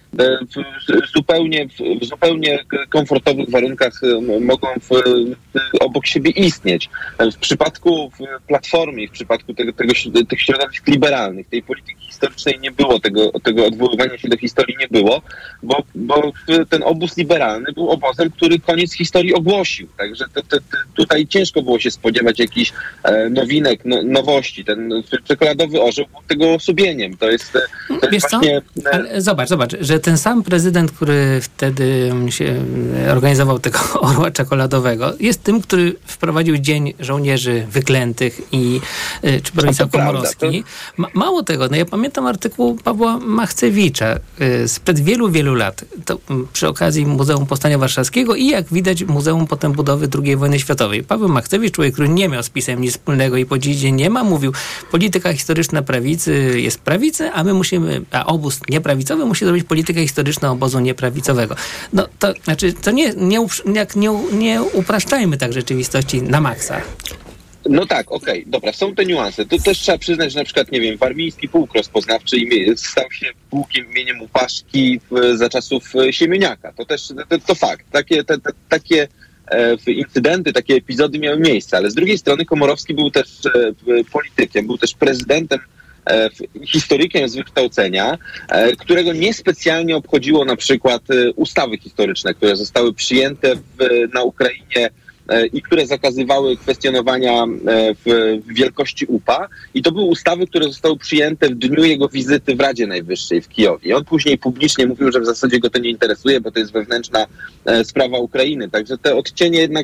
w zupełnie, w zupełnie komfortowych warunkach mogą w, w, obok siebie istnieć. W przypadku Platformy i w przypadku tego, tego, tych środowisk liberalnych, tej polityki historycznej nie było, tego, tego odwoływania się do historii nie było, bo, bo ten obóz liberalny był obozem, który koniec historii ogłosił. Także to, to, to, tutaj ciężko było się spodziewać jakichś e, nowinek, no, nowości. Ten czekoladowy orzeł był tego osobieniem. To jest, to Wiesz jest właśnie... co? Ale zobacz, zobacz, że ten sam prezydent, który wtedy się organizował tego orła czekoladowego, jest tym, który wprowadził Dzień Żołnierzy Wyklętych i czy Bronisław Komorowski. Ma, mało tego, no ja pamiętam artykuł Pawła Machcewicza y, sprzed wielu, wielu lat. To m, przy okazji Muzeum Powstania Warszawskiego i jak widać Muzeum potem budowy drugiej wojny światowej. Paweł Machcewicz, człowiek, który nie miał z PiS-em nic wspólnego i po dziś dzień nie ma, mówił, polityka historyczna prawicy jest prawicy, a my musimy, a obóz nieprawicowy musi zrobić politykę historyczną obozu nieprawicowego. No to znaczy, to nie, nie, jak nie, nie upraszczajmy tak rzeczywistości na maksa. No tak, okej, okay, dobra, są te niuanse. To też trzeba przyznać, że na przykład, nie wiem, Warmiński Pułk Rozpoznawczy stał się pułkiem imieniem Łupaszki za czasów Siemieniaka. To też, to, to fakt. Takie, te, te, takie e, incydenty, takie epizody miały miejsce, ale z drugiej strony Komorowski był też e, politykiem, był też prezydentem, e, historykiem z wykształcenia, e, którego niespecjalnie obchodziło na przykład e, ustawy historyczne, które zostały przyjęte w, na Ukrainie i które zakazywały kwestionowania w wielkości U P A. I to były ustawy, które zostały przyjęte w dniu jego wizyty w Radzie Najwyższej w Kijowie. I on później publicznie mówił, że w zasadzie go to nie interesuje, bo to jest wewnętrzna sprawa Ukrainy. Także te odcienie jednak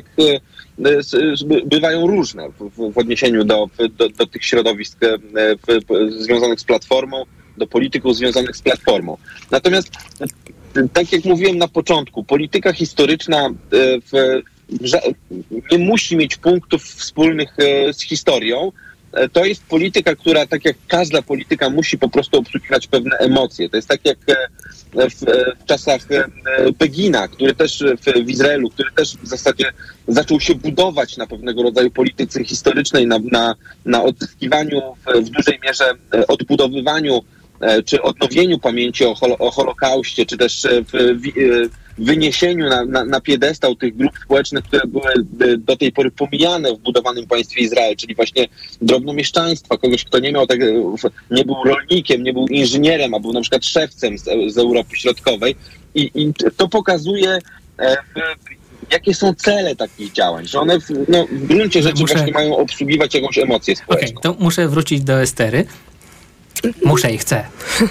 bywają różne w, w odniesieniu do, do, do tych środowisk w, w, związanych z Platformą, do polityków związanych z Platformą. Natomiast, tak jak mówiłem na początku, polityka historyczna w że nie musi mieć punktów wspólnych z historią. To jest polityka, która, tak jak każda polityka, musi po prostu obsługiwać pewne emocje. To jest tak jak w, w czasach Begina, który też w, w Izraelu, który też w zasadzie zaczął się budować na pewnego rodzaju polityce historycznej, na, na, na odzyskiwaniu w, w dużej mierze, odbudowywaniu czy odnowieniu pamięci o, holo, o Holokauście, czy też w, w wyniesieniu na, na, na piedestał tych grup społecznych, które były do tej pory pomijane w budowanym państwie Izrael, czyli właśnie drobnomieszczaństwa, kogoś, kto nie miał tak, nie był rolnikiem, nie był inżynierem, a był na przykład szewcem z, z Europy Środkowej. I, i to pokazuje, e, jakie są cele takich działań, że one w, no, w gruncie rzeczy muszę... właśnie mają obsługiwać jakąś emocję społeczną. Okej, okay, to muszę wrócić do Estery. Muszę i chcę.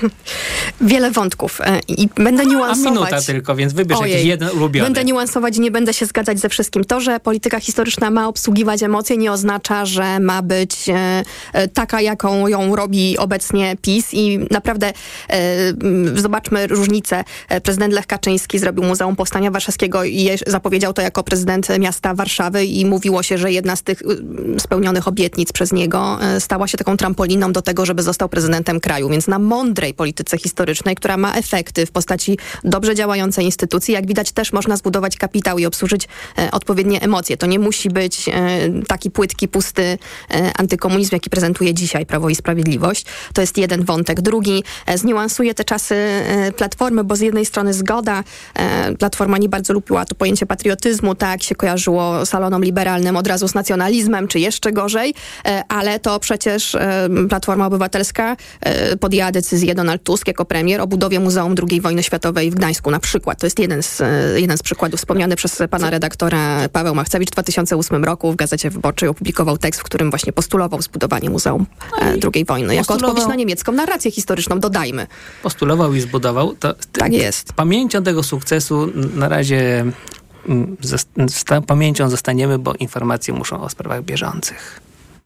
Wiele wątków i będę niuansować. A minuta tylko, więc wybierz Ojej. jakiś jeden ulubiony. Będę niuansować i nie będę się zgadzać ze wszystkim. To, że polityka historyczna ma obsługiwać emocje, nie oznacza, że ma być e, taka, jaką ją robi obecnie PiS i naprawdę e, zobaczmy różnicę. Prezydent Lech Kaczyński zrobił Muzeum Powstania Warszawskiego i zapowiedział to jako prezydent miasta Warszawy i mówiło się, że jedna z tych spełnionych obietnic przez niego stała się taką trampoliną do tego, żeby został prezydentem kraju, więc na mądrej polityce historycznej, która ma efekty w postaci dobrze działającej instytucji, jak widać też można zbudować kapitał i obsłużyć e, odpowiednie emocje. To nie musi być e, taki płytki, pusty e, antykomunizm, jaki prezentuje dzisiaj Prawo i Sprawiedliwość. To jest jeden wątek. Drugi, e, zniuansuje te czasy e, Platformy, bo z jednej strony zgoda, e, Platforma nie bardzo lubiła to pojęcie patriotyzmu, tak się kojarzyło salonom liberalnym od razu z nacjonalizmem, czy jeszcze gorzej, e, ale to przecież e, Platforma Obywatelska podjęła decyzję Donald Tusk jako premier o budowie Muzeum drugiej wojny światowej w Gdańsku na przykład. To jest jeden z, jeden z przykładów wspomniany przez pana redaktora Paweł Machcewicz w dwa tysiące ósmym roku w Gazecie Wyborczej opublikował tekst, w którym właśnie postulował zbudowanie Muzeum drugiej wojny jako odpowiedź na niemiecką narrację historyczną, dodajmy. Postulował i zbudował. To, tak jest. Pamięcią tego sukcesu na razie z pamięcią zostaniemy, bo informacje muszą o sprawach bieżących.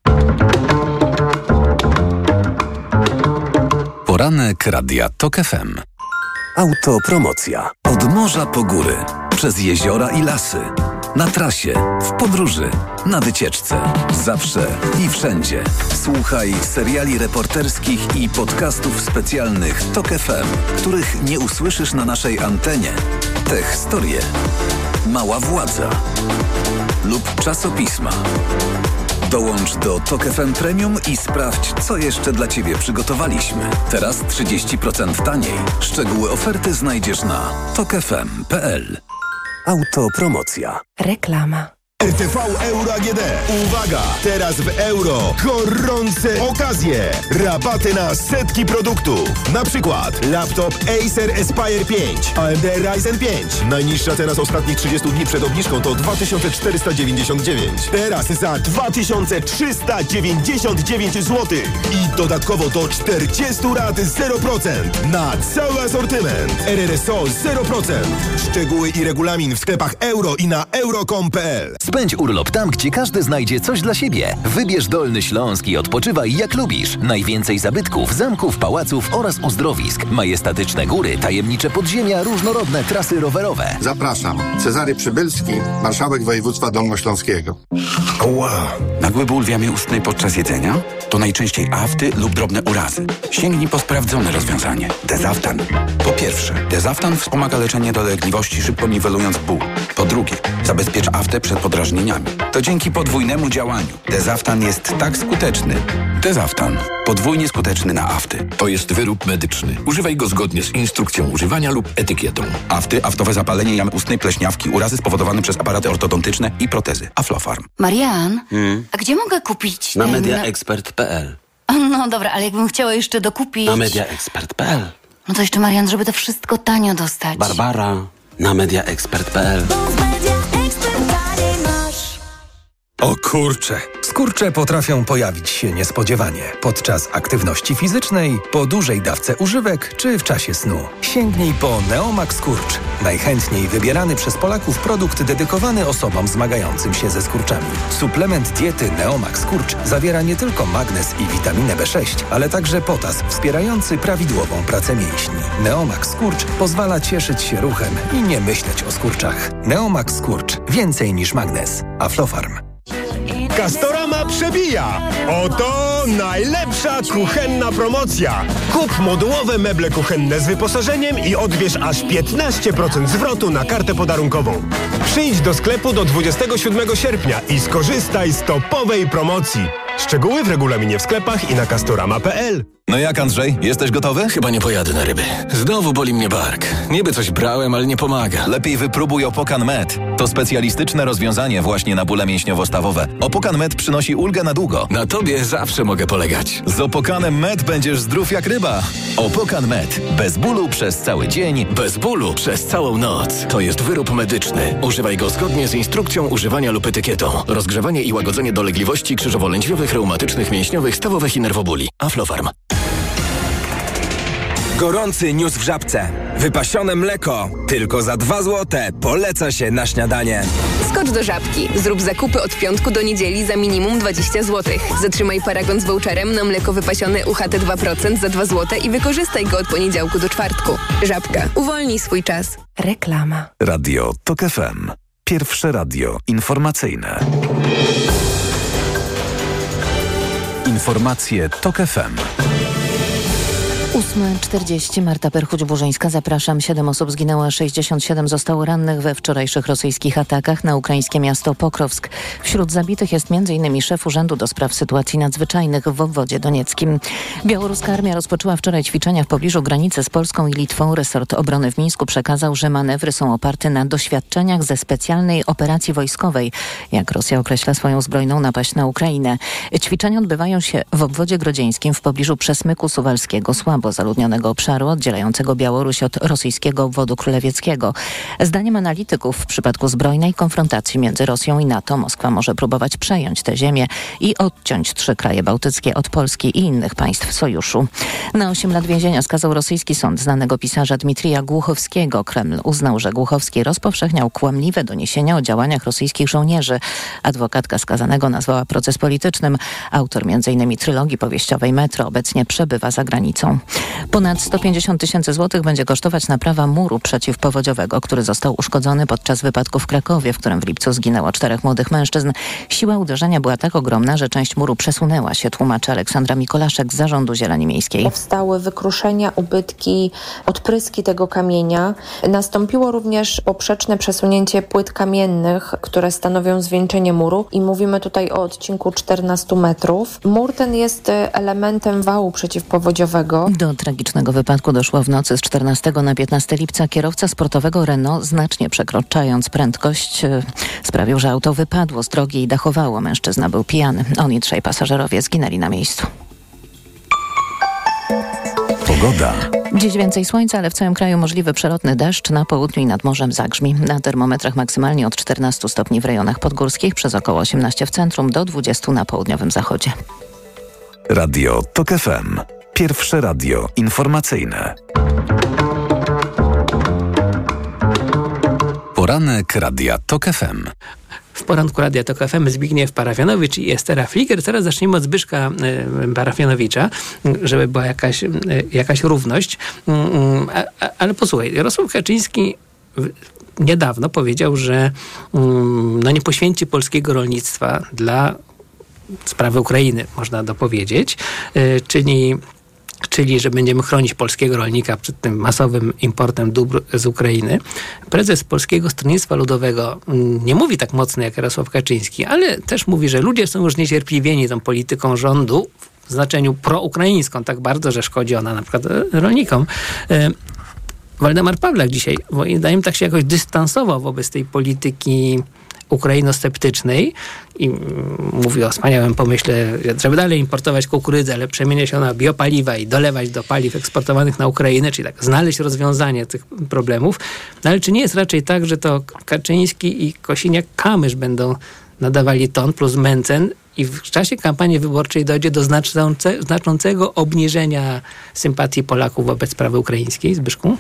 Poranek Radia Tok F M. Autopromocja. Od morza po góry, przez jeziora i lasy, na trasie, w podróży, na wycieczce, zawsze i wszędzie. Słuchaj seriali reporterskich i podcastów specjalnych Tok F M, których nie usłyszysz na naszej antenie. Te historie. Mała władza lub czasopisma. Dołącz do Tok F M Premium i sprawdź, co jeszcze dla Ciebie przygotowaliśmy. Teraz trzydzieści procent taniej. Szczegóły oferty znajdziesz na tok f m kropka p l. Autopromocja. Reklama. R T V Euro A G D. Uwaga! Teraz w euro gorące okazje. Rabaty na setki produktów. Na przykład laptop Acer Aspire pięć, A M D Ryzen pięć. Najniższa teraz ostatnich trzydziestu dni przed obniżką to dwa tysiące czterysta dziewięćdziesiąt dziewięć. Teraz za dwa tysiące trzysta dziewięćdziesiąt dziewięć złotych. I dodatkowo do czterdzieści rat zero procent na cały asortyment. R R S O zero procent. Szczegóły i regulamin w sklepach euro i na euro kropka com kropka p l. Spędź urlop tam, gdzie każdy znajdzie coś dla siebie. Wybierz Dolny Śląsk i odpoczywaj jak lubisz. Najwięcej zabytków, zamków, pałaców oraz uzdrowisk. Majestatyczne góry, tajemnicze podziemia, różnorodne trasy rowerowe. Zapraszam. Cezary Przybylski, marszałek województwa dolnośląskiego. Wow. Nagły ból w jamie ustnej podczas jedzenia? To najczęściej afty lub drobne urazy. Sięgnij po sprawdzone rozwiązanie. Dezaftan. Po pierwsze, Dezaftan wspomaga leczenie dolegliwości, szybko niwelując ból. Po drugie, zabezpiecz aftę przed podrażnieniami. To dzięki podwójnemu działaniu. Dezaftan jest tak skuteczny. Dezaftan. Podwójnie skuteczny na afty. To jest wyrób medyczny. Używaj go zgodnie z instrukcją używania lub etykietą. Afty, aftowe zapalenie jamy ustnej, pleśniawki, urazy spowodowane przez aparaty ortodontyczne i protezy. Aflofarm. Marian, Hmm? a gdzie mogę kupić Na ten... mediaexpert kropka p l. No dobra, ale jakbym chciała jeszcze dokupić... Na mediaexpert kropka p l. No to jeszcze, Marian, żeby to wszystko tanio dostać. Barbara. Na mediaexpert kropka p l. O kurcze! Skurcze potrafią pojawić się niespodziewanie podczas aktywności fizycznej, po dużej dawce używek czy w czasie snu. Sięgnij po Neomax Skurcz. Najchętniej wybierany przez Polaków produkt dedykowany osobom zmagającym się ze skurczami. Suplement diety Neomax Skurcz zawiera nie tylko magnez i witaminę B sześć, ale także potas wspierający prawidłową pracę mięśni. Neomax Skurcz pozwala cieszyć się ruchem i nie myśleć o skurczach. Neomax Skurcz. Więcej niż magnez. Aflofarm. Castorama przebija! Oto najlepsza kuchenna promocja! Kup modułowe meble kuchenne z wyposażeniem i odbierz aż piętnaście procent zwrotu na kartę podarunkową. Przyjdź do sklepu do dwudziestego siódmego sierpnia i skorzystaj z topowej promocji. Szczegóły w regulaminie w sklepach i na castorama kropka p l. No jak, Andrzej? Jesteś gotowy? Chyba nie pojadę na ryby. Znowu boli mnie bark. Niby coś brałem, ale nie pomaga. Lepiej wypróbuj Opokan Med. To specjalistyczne rozwiązanie właśnie na bóle mięśniowo-stawowe. Opokan Med przynosi ulgę na długo. Na tobie zawsze mogę polegać. Z Opokanem Med będziesz zdrów jak ryba. Opokan Med. Bez bólu przez cały dzień. Bez bólu przez całą noc. To jest wyrób medyczny. Używaj go zgodnie z instrukcją używania lub etykietą. Rozgrzewanie i łagodzenie dolegliwości krzyżowo-lędźwiowych, reumatycznych, mięśniowych, stawowych i nerwobóli. Aflofarm. Gorący news w Żabce. Wypasione mleko. Tylko za dwa złote. Poleca się na śniadanie. Skocz do Żabki. Zrób zakupy od piątku do niedzieli za minimum dwadzieścia złotych. Zatrzymaj paragon z voucherem na mleko wypasione U H T dwa procent za dwa złote i wykorzystaj go od poniedziałku do czwartku. Żabka. Uwolnij swój czas. Reklama. Radio Tok F M. Pierwsze radio informacyjne. Informacje Tok F M. ósma czterdzieści. Marta Perchuć-Burzyńska. Zapraszam. Siedem osób zginęło, sześćdziesiąt siedem zostało rannych we wczorajszych rosyjskich atakach na ukraińskie miasto Pokrowsk. Wśród zabitych jest między innymi szef Urzędu do Spraw Sytuacji Nadzwyczajnych w obwodzie donieckim. Białoruska armia rozpoczęła wczoraj ćwiczenia w pobliżu granicy z Polską i Litwą. Resort obrony w Mińsku przekazał, że manewry są oparte na doświadczeniach ze specjalnej operacji wojskowej, jak Rosja określa swoją zbrojną napaść na Ukrainę. Ćwiczenia odbywają się w obwodzie grodzieńskim w pobliżu Przesmyku Suwalskiego, słabo zaludnionego obszaru oddzielającego Białoruś od rosyjskiego obwodu królewieckiego. Zdaniem analityków w przypadku zbrojnej konfrontacji między Rosją i NATO Moskwa może próbować przejąć tę ziemię i odciąć trzy kraje bałtyckie od Polski i innych państw sojuszu. Na osiem lat więzienia skazał rosyjski sąd znanego pisarza Dmitrija Głuchowskiego. Kreml uznał, że Głuchowski rozpowszechniał kłamliwe doniesienia o działaniach rosyjskich żołnierzy. Adwokatka skazanego nazwała proces politycznym. Autor między innymi trylogii powieściowej Metro obecnie przebywa za granicą. Ponad sto pięćdziesiąt tysięcy złotych będzie kosztować naprawa muru przeciwpowodziowego, który został uszkodzony podczas wypadku w Krakowie, w którym w lipcu zginęło czterech młodych mężczyzn. Siła uderzenia była tak ogromna, że część muru przesunęła się, tłumaczy Aleksandra Mikolaszek z Zarządu Zieleni Miejskiej. Powstały wykruszenia, ubytki, odpryski tego kamienia. Nastąpiło również poprzeczne przesunięcie płyt kamiennych, które stanowią zwieńczenie muru i mówimy tutaj o odcinku czternastu metrów. Mur ten jest elementem wału przeciwpowodziowego. Do tragicznego wypadku doszło w nocy z czternastego na piętnastego lipca. Kierowca sportowego Renault, znacznie przekroczając prędkość, sprawił, że auto wypadło z drogi i dachowało. Mężczyzna był pijany. On i trzej pasażerowie zginęli na miejscu. Pogoda. Dziś więcej słońca, ale w całym kraju możliwy przelotny deszcz, na południu i nad morzem zagrzmi. Na termometrach maksymalnie od czternastu stopni w rejonach podgórskich, przez około osiemnaście w centrum, do dwudziestu na południowym zachodzie. Radio TOK F M. Pierwsze radio informacyjne. Poranek Radia TOK F M. W poranku Radia TOK F M Zbigniew Parafianowicz i Estera Fliger. Teraz zaczniemy od Zbyszka y, Parafianowicza, żeby była jakaś, y, jakaś równość. Y, y, a, ale posłuchaj, Jarosław Kaczyński w, niedawno powiedział, że y, no nie poświęci polskiego rolnictwa dla sprawy Ukrainy, można dopowiedzieć, y, czyli czyli że będziemy chronić polskiego rolnika przed tym masowym importem dóbr z Ukrainy. Prezes Polskiego Stronnictwa Ludowego nie mówi tak mocno jak Jarosław Kaczyński, ale też mówi, że ludzie są już niecierpliwieni tą polityką rządu w znaczeniu proukraińską, tak bardzo, że szkodzi ona na przykład rolnikom. Waldemar Pawlak dzisiaj, moim zdaniem, tak się jakoś dystansował wobec tej polityki ukrainosceptycznej i mówi o wspaniałym pomyśle, żeby dalej importować kukurydzę, ale przemieniać ją na biopaliwa i dolewać do paliw eksportowanych na Ukrainę, czyli tak znaleźć rozwiązanie tych problemów. No ale czy nie jest raczej tak, że to Kaczyński i Kosiniak-Kamysz będą nadawali ton plus Mencen i w czasie kampanii wyborczej dojdzie do znaczące, znaczącego obniżenia sympatii Polaków wobec sprawy ukraińskiej? Zbyszku?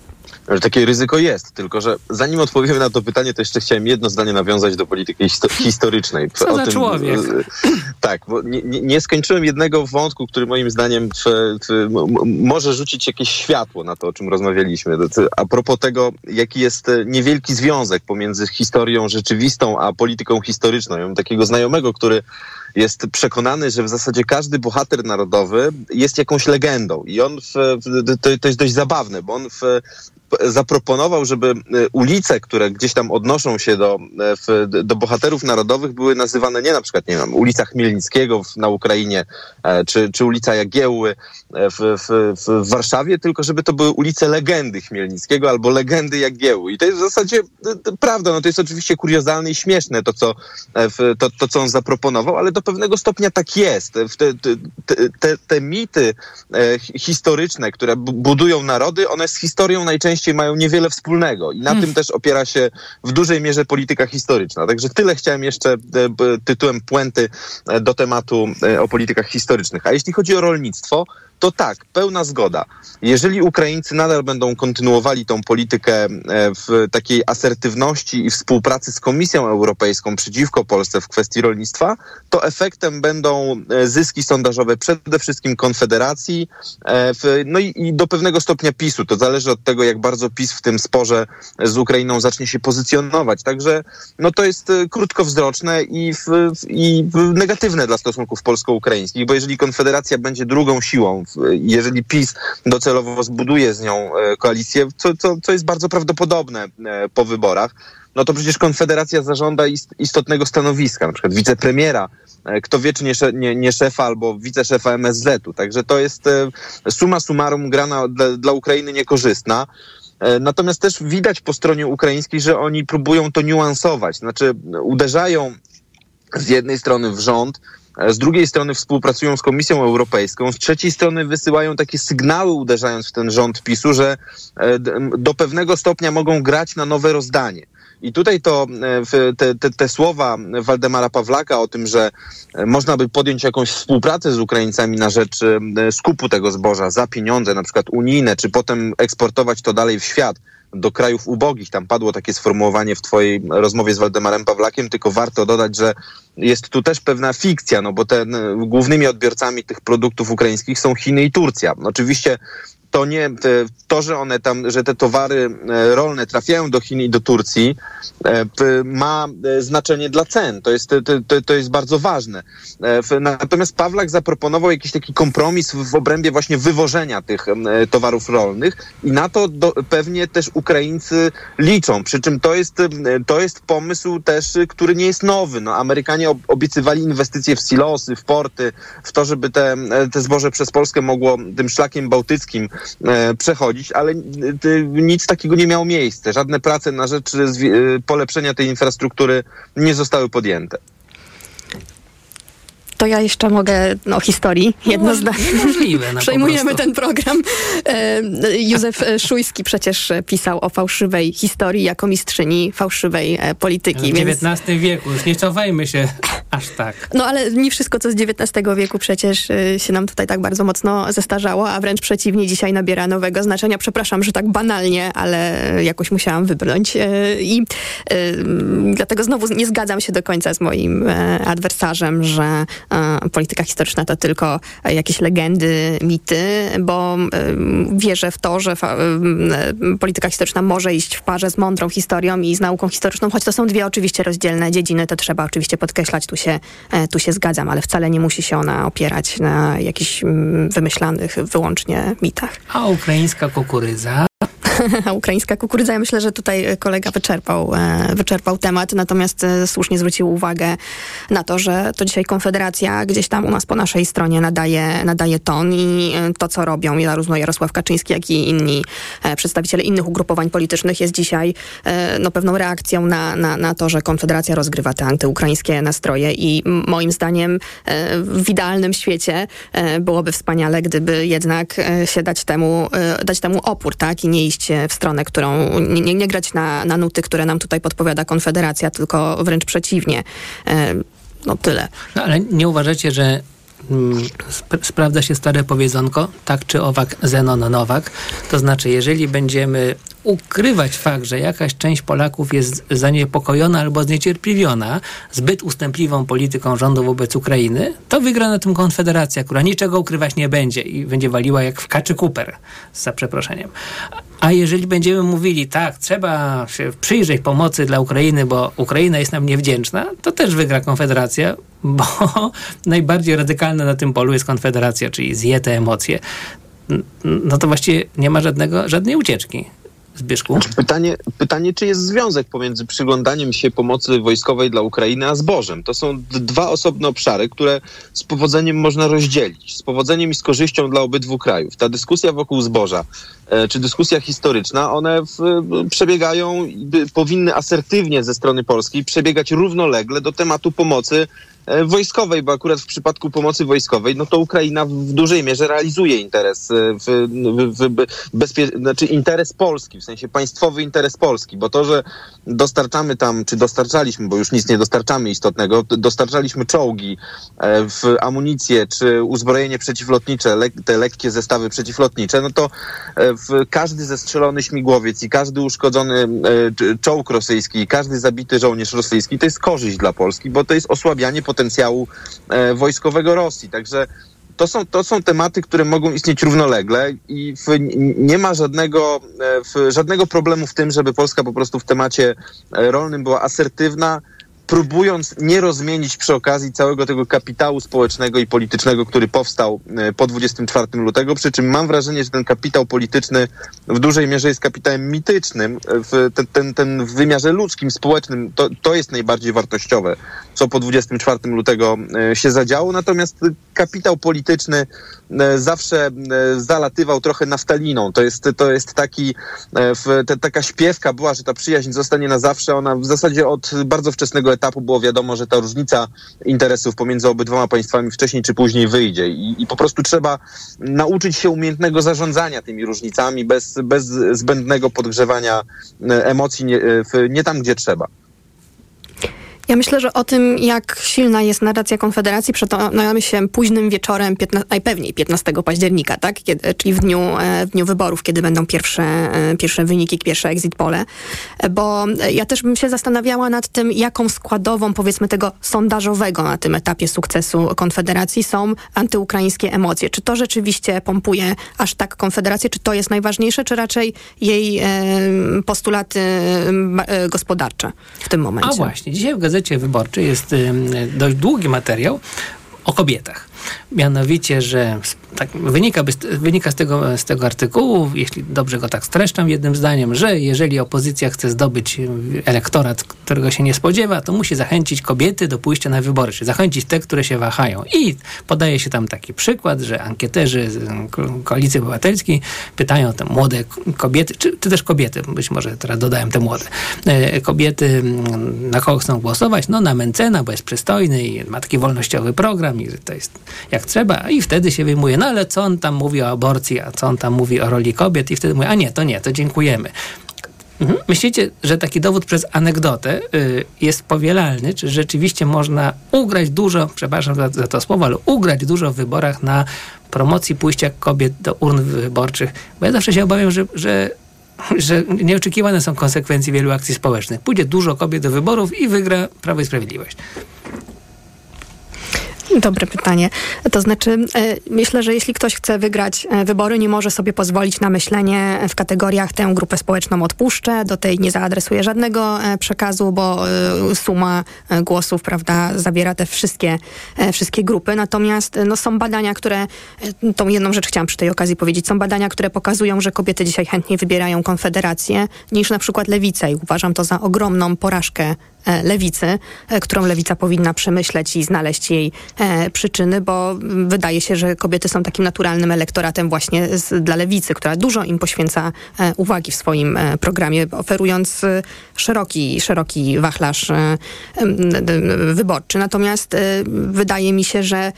Że takie ryzyko jest, tylko że zanim odpowiem na to pytanie, to jeszcze chciałem jedno zdanie nawiązać do polityki histo- historycznej. Co o za tym, człowiek. Tak, bo nie, nie, nie skończyłem jednego wątku, który moim zdaniem w, w, m, może rzucić jakieś światło na to, o czym rozmawialiśmy. A propos tego, jaki jest niewielki związek pomiędzy historią rzeczywistą a polityką historyczną. Ja mam takiego znajomego, który jest przekonany, że w zasadzie każdy bohater narodowy jest jakąś legendą. I on, w, w, to, to jest dość zabawne, bo on w, zaproponował, żeby ulice, które gdzieś tam odnoszą się do, w, do bohaterów narodowych, były nazywane nie na przykład, nie wiem, ulica Chmielnickiego w, na Ukrainie, czy, czy ulica Jagiełły w, w, w Warszawie, tylko żeby to były ulice legendy Chmielnickiego albo legendy Jagiełły. I to jest w zasadzie prawda, no to jest oczywiście kuriozalne i śmieszne to, co, w, to, to, co on zaproponował, ale do pewnego stopnia tak jest. Te, te, te, te mity historyczne, które budują narody, one z historią najczęściej mają niewiele wspólnego i na hmm. tym też opiera się w dużej mierze polityka historyczna. Także tyle chciałem jeszcze tytułem puenty do tematu o politykach historycznych. A jeśli chodzi o rolnictwo, to tak, pełna zgoda. Jeżeli Ukraińcy nadal będą kontynuowali tą politykę w takiej asertywności i współpracy z Komisją Europejską przeciwko Polsce w kwestii rolnictwa, to efektem będą zyski sondażowe przede wszystkim Konfederacji, no i, i do pewnego stopnia PiSu. To zależy od tego, jak bardzo PiS w tym sporze z Ukrainą zacznie się pozycjonować. Także no to jest krótkowzroczne i, w, i negatywne dla stosunków polsko-ukraińskich, bo jeżeli Konfederacja będzie drugą siłą, jeżeli PiS docelowo zbuduje z nią koalicję, co, co, co jest bardzo prawdopodobne po wyborach, no to przecież Konfederacja zażąda istotnego stanowiska, na przykład wicepremiera, kto wie, czy nie, nie, nie szefa albo wiceszefa M S Z-u. Także to jest summa summarum gra na, dla, dla Ukrainy niekorzystna. Natomiast też widać po stronie ukraińskiej, że oni próbują to niuansować. Znaczy uderzają z jednej strony w rząd, z drugiej strony współpracują z Komisją Europejską, z trzeciej strony wysyłają takie sygnały, uderzając w ten rząd PiSu, że do pewnego stopnia mogą grać na nowe rozdanie. I tutaj to te, te, te słowa Waldemara Pawlaka o tym, że można by podjąć jakąś współpracę z Ukraińcami na rzecz skupu tego zboża za pieniądze, na przykład unijne, czy potem eksportować to dalej w świat, do krajów ubogich. Tam padło takie sformułowanie w twojej rozmowie z Waldemarem Pawlakiem, tylko warto dodać, że jest tu też pewna fikcja, no bo te głównymi odbiorcami tych produktów ukraińskich są Chiny i Turcja. Oczywiście to nie, to, że one tam, że te towary rolne trafiają do Chin i do Turcji, ma znaczenie dla cen. To jest, to, to jest bardzo ważne. Natomiast Pawlak zaproponował jakiś taki kompromis w obrębie właśnie wywożenia tych towarów rolnych i na to do, pewnie też Ukraińcy liczą. Przy czym to jest, to jest pomysł też, który nie jest nowy. No, Amerykanie obiecywali inwestycje w silosy, w porty, w to, żeby te, te zboże przez Polskę mogło tym szlakiem bałtyckim przechodzić, ale nic takiego nie miało miejsca. Żadne prace na rzecz polepszenia tej infrastruktury nie zostały podjęte. To ja jeszcze mogę o historii jedno no, zdanie. Możliwe. No, Przejmujemy ten program. Józef Szujski przecież pisał o fałszywej historii jako mistrzyni fałszywej polityki. W więc... dziewiętnastym wieku. Już nie cofajmy się aż tak. No ale nie wszystko, co z dziewiętnastego wieku przecież się nam tutaj tak bardzo mocno zestarzało, a wręcz przeciwnie, dzisiaj nabiera nowego znaczenia. Przepraszam, że tak banalnie, ale jakoś musiałam wybrnąć. I dlatego znowu nie zgadzam się do końca z moim adwersarzem, że polityka historyczna to tylko jakieś legendy, mity, bo wierzę w to, że polityka historyczna może iść w parze z mądrą historią i z nauką historyczną, choć to są dwie oczywiście rozdzielne dziedziny, to trzeba oczywiście podkreślać, tu się, tu się zgadzam, ale wcale nie musi się ona opierać na jakichś wymyślanych wyłącznie mitach. A ukraińska kukurydza? Ukraińska kukurydza. Ja myślę, że tutaj kolega wyczerpał, wyczerpał temat, natomiast słusznie zwrócił uwagę na to, że to dzisiaj Konfederacja gdzieś tam u nas po naszej stronie nadaje, nadaje ton i to, co robią zarówno Jarosław Kaczyński, jak i inni przedstawiciele innych ugrupowań politycznych jest dzisiaj no, pewną reakcją na, na, na to, że Konfederacja rozgrywa te antyukraińskie nastroje i moim zdaniem w idealnym świecie byłoby wspaniale, gdyby jednak się dać temu, dać temu opór, tak? I nie iść w stronę, którą nie, nie grać na, na nuty, które nam tutaj podpowiada Konfederacja, tylko wręcz przeciwnie. No tyle. No ale nie uważacie, że mm, sp- sprawdza się stare powiedzonko, tak czy owak, Zenon Nowak? To znaczy, jeżeli będziemy ukrywać fakt, że jakaś część Polaków jest zaniepokojona albo zniecierpliwiona zbyt ustępliwą polityką rządu wobec Ukrainy, to wygra na tym Konfederacja, która niczego ukrywać nie będzie i będzie waliła jak w kaczy kuper, za przeproszeniem. A jeżeli będziemy mówili, tak, trzeba się przyjrzeć pomocy dla Ukrainy, bo Ukraina jest nam niewdzięczna, to też wygra Konfederacja, bo najbardziej radykalna na tym polu jest Konfederacja, czyli zje te emocje. No to właściwie nie ma żadnego, żadnej ucieczki. Zbyszku? Pytanie, pytanie, czy jest związek pomiędzy przyglądaniem się pomocy wojskowej dla Ukrainy a zbożem? To są d- dwa osobne obszary, które z powodzeniem można rozdzielić. Z powodzeniem i z korzyścią dla obydwu krajów. Ta dyskusja wokół zboża, e, czy dyskusja historyczna, one w, e, przebiegają, by, powinny asertywnie ze strony polskiej przebiegać równolegle do tematu pomocy wojskowej, bo akurat w przypadku pomocy wojskowej, no to Ukraina w dużej mierze realizuje interes, w, w, w bezpie- znaczy interes Polski, w sensie państwowy interes Polski, bo to, że dostarczamy tam, czy dostarczaliśmy, bo już nic nie dostarczamy istotnego, dostarczaliśmy czołgi, w amunicję, czy uzbrojenie przeciwlotnicze, le- te lekkie zestawy przeciwlotnicze, no to w każdy zestrzelony śmigłowiec i każdy uszkodzony czołg rosyjski i każdy zabity żołnierz rosyjski to jest korzyść dla Polski, bo to jest osłabianie potencjału e, wojskowego Rosji. Także to są, to są tematy, które mogą istnieć równolegle i w, nie ma żadnego, e, w, żadnego problemu w tym, żeby Polska po prostu w temacie rolnym była asertywna, próbując nie rozmienić przy okazji całego tego kapitału społecznego i politycznego, który powstał po dwudziestego czwartego lutego, przy czym mam wrażenie, że ten kapitał polityczny w dużej mierze jest kapitałem mitycznym, w ten, ten, ten w wymiarze ludzkim, społecznym, to, to jest najbardziej wartościowe, co po dwudziestego czwartego lutego się zadziało, natomiast kapitał polityczny zawsze zalatywał trochę naftaliną. To jest, to jest taki, te, taka śpiewka była, że ta przyjaźń zostanie na zawsze, ona w zasadzie od bardzo wczesnego etapu etapu było wiadomo, że ta różnica interesów pomiędzy obydwoma państwami wcześniej czy później wyjdzie i, i po prostu trzeba nauczyć się umiejętnego zarządzania tymi różnicami bez, bez zbędnego podgrzewania emocji nie, nie tam, gdzie trzeba. Ja myślę, że o tym, jak silna jest narracja Konfederacji, przekonamy się późnym wieczorem, piętna, najpewniej piętnastego października, tak? Kiedy, czyli w dniu, w dniu wyborów, kiedy będą pierwsze, pierwsze wyniki, pierwsze exit pole. Bo ja też bym się zastanawiała nad tym, jaką składową, powiedzmy, tego sondażowego na tym etapie sukcesu Konfederacji są antyukraińskie emocje. Czy to rzeczywiście pompuje aż tak Konfederację? Czy to jest najważniejsze, czy raczej jej e, postulaty e, gospodarcze w tym momencie? A właśnie, dzisiaj w Gazecie Wyborczej jest y, dość długi materiał o kobietach. Mianowicie, że tak, wynika, wynika z, tego, z tego artykułu, jeśli dobrze go tak streszczam jednym zdaniem, że jeżeli opozycja chce zdobyć elektorat, którego się nie spodziewa, to musi zachęcić kobiety do pójścia na wybory, czyli zachęcić te, które się wahają. I podaje się tam taki przykład, że ankieterzy z Koalicji Obywatelskiej pytają te młode kobiety, czy, czy też kobiety, być może teraz dodałem te młode, kobiety, na kogo chcą głosować? No na Mencena, bo jest przystojny i ma taki wolnościowy program i to jest jak trzeba. I wtedy się wyjmuje, no ale co on tam mówi o aborcji, a co on tam mówi o roli kobiet? I wtedy mówi, a nie, to nie, to dziękujemy. Mhm. Myślicie, że taki dowód przez anegdotę y, jest powielalny? Czy rzeczywiście można ugrać dużo, przepraszam za, za to słowo, ale ugrać dużo w wyborach na promocji pójścia kobiet do urn wyborczych? Bo ja zawsze się obawiam, że, że że nieoczekiwane są konsekwencje wielu akcji społecznych. Pójdzie dużo kobiet do wyborów i wygra Prawo i Sprawiedliwość. Dobre pytanie. To znaczy, e, myślę, że jeśli ktoś chce wygrać e, wybory, nie może sobie pozwolić na myślenie w kategoriach tę grupę społeczną odpuszczę, do tej nie zaadresuję żadnego e, przekazu, bo e, suma e, głosów, prawda, zawiera te wszystkie, e, wszystkie grupy. Natomiast no, są badania, które, e, tą jedną rzecz chciałam przy tej okazji powiedzieć, są badania, które pokazują, że kobiety dzisiaj chętniej wybierają Konfederację niż na przykład Lewicę i uważam to za ogromną porażkę Lewicy, którą Lewica powinna przemyśleć i znaleźć jej e, przyczyny, bo wydaje się, że kobiety są takim naturalnym elektoratem właśnie z, dla Lewicy, która dużo im poświęca e, uwagi w swoim e, programie, oferując e, szeroki, szeroki wachlarz e, e, wyborczy. Natomiast e, wydaje mi się, że e,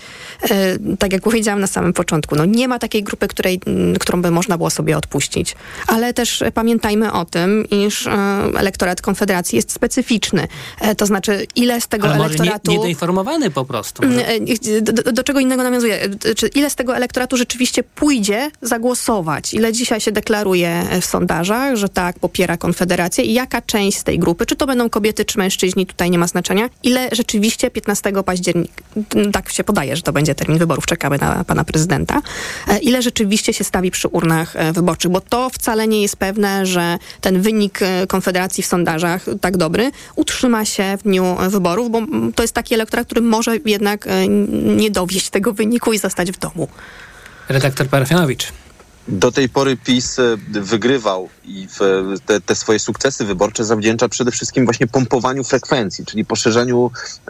tak jak powiedziałam na samym początku, no nie ma takiej grupy, której, m, którą by można było sobie odpuścić. Ale też pamiętajmy o tym, iż e, elektorat Konfederacji jest specyficzny. To znaczy, ile z tego Ale elektoratu... może nie, niedoinformowany po prostu. Do, do, do czego innego nawiązuję? Czy ile z tego elektoratu rzeczywiście pójdzie zagłosować? Ile dzisiaj się deklaruje w sondażach, że tak, popiera Konfederację? I jaka część z tej grupy, czy to będą kobiety, czy mężczyźni, tutaj nie ma znaczenia. Ile rzeczywiście piętnastego października, tak się podaje, że to będzie termin wyborów, czekamy na pana prezydenta, ile rzeczywiście się stawi przy urnach wyborczych? Bo to wcale nie jest pewne, że ten wynik Konfederacji w sondażach, tak dobry, utrzyma się w dniu wyborów, bo to jest taki elektorat, który może jednak nie dowieść tego wyniku i zostać w domu. Redaktor Parafianowicz. Do tej pory PiS wygrywał i te, te swoje sukcesy wyborcze zawdzięcza przede wszystkim właśnie pompowaniu frekwencji, czyli poszerzaniu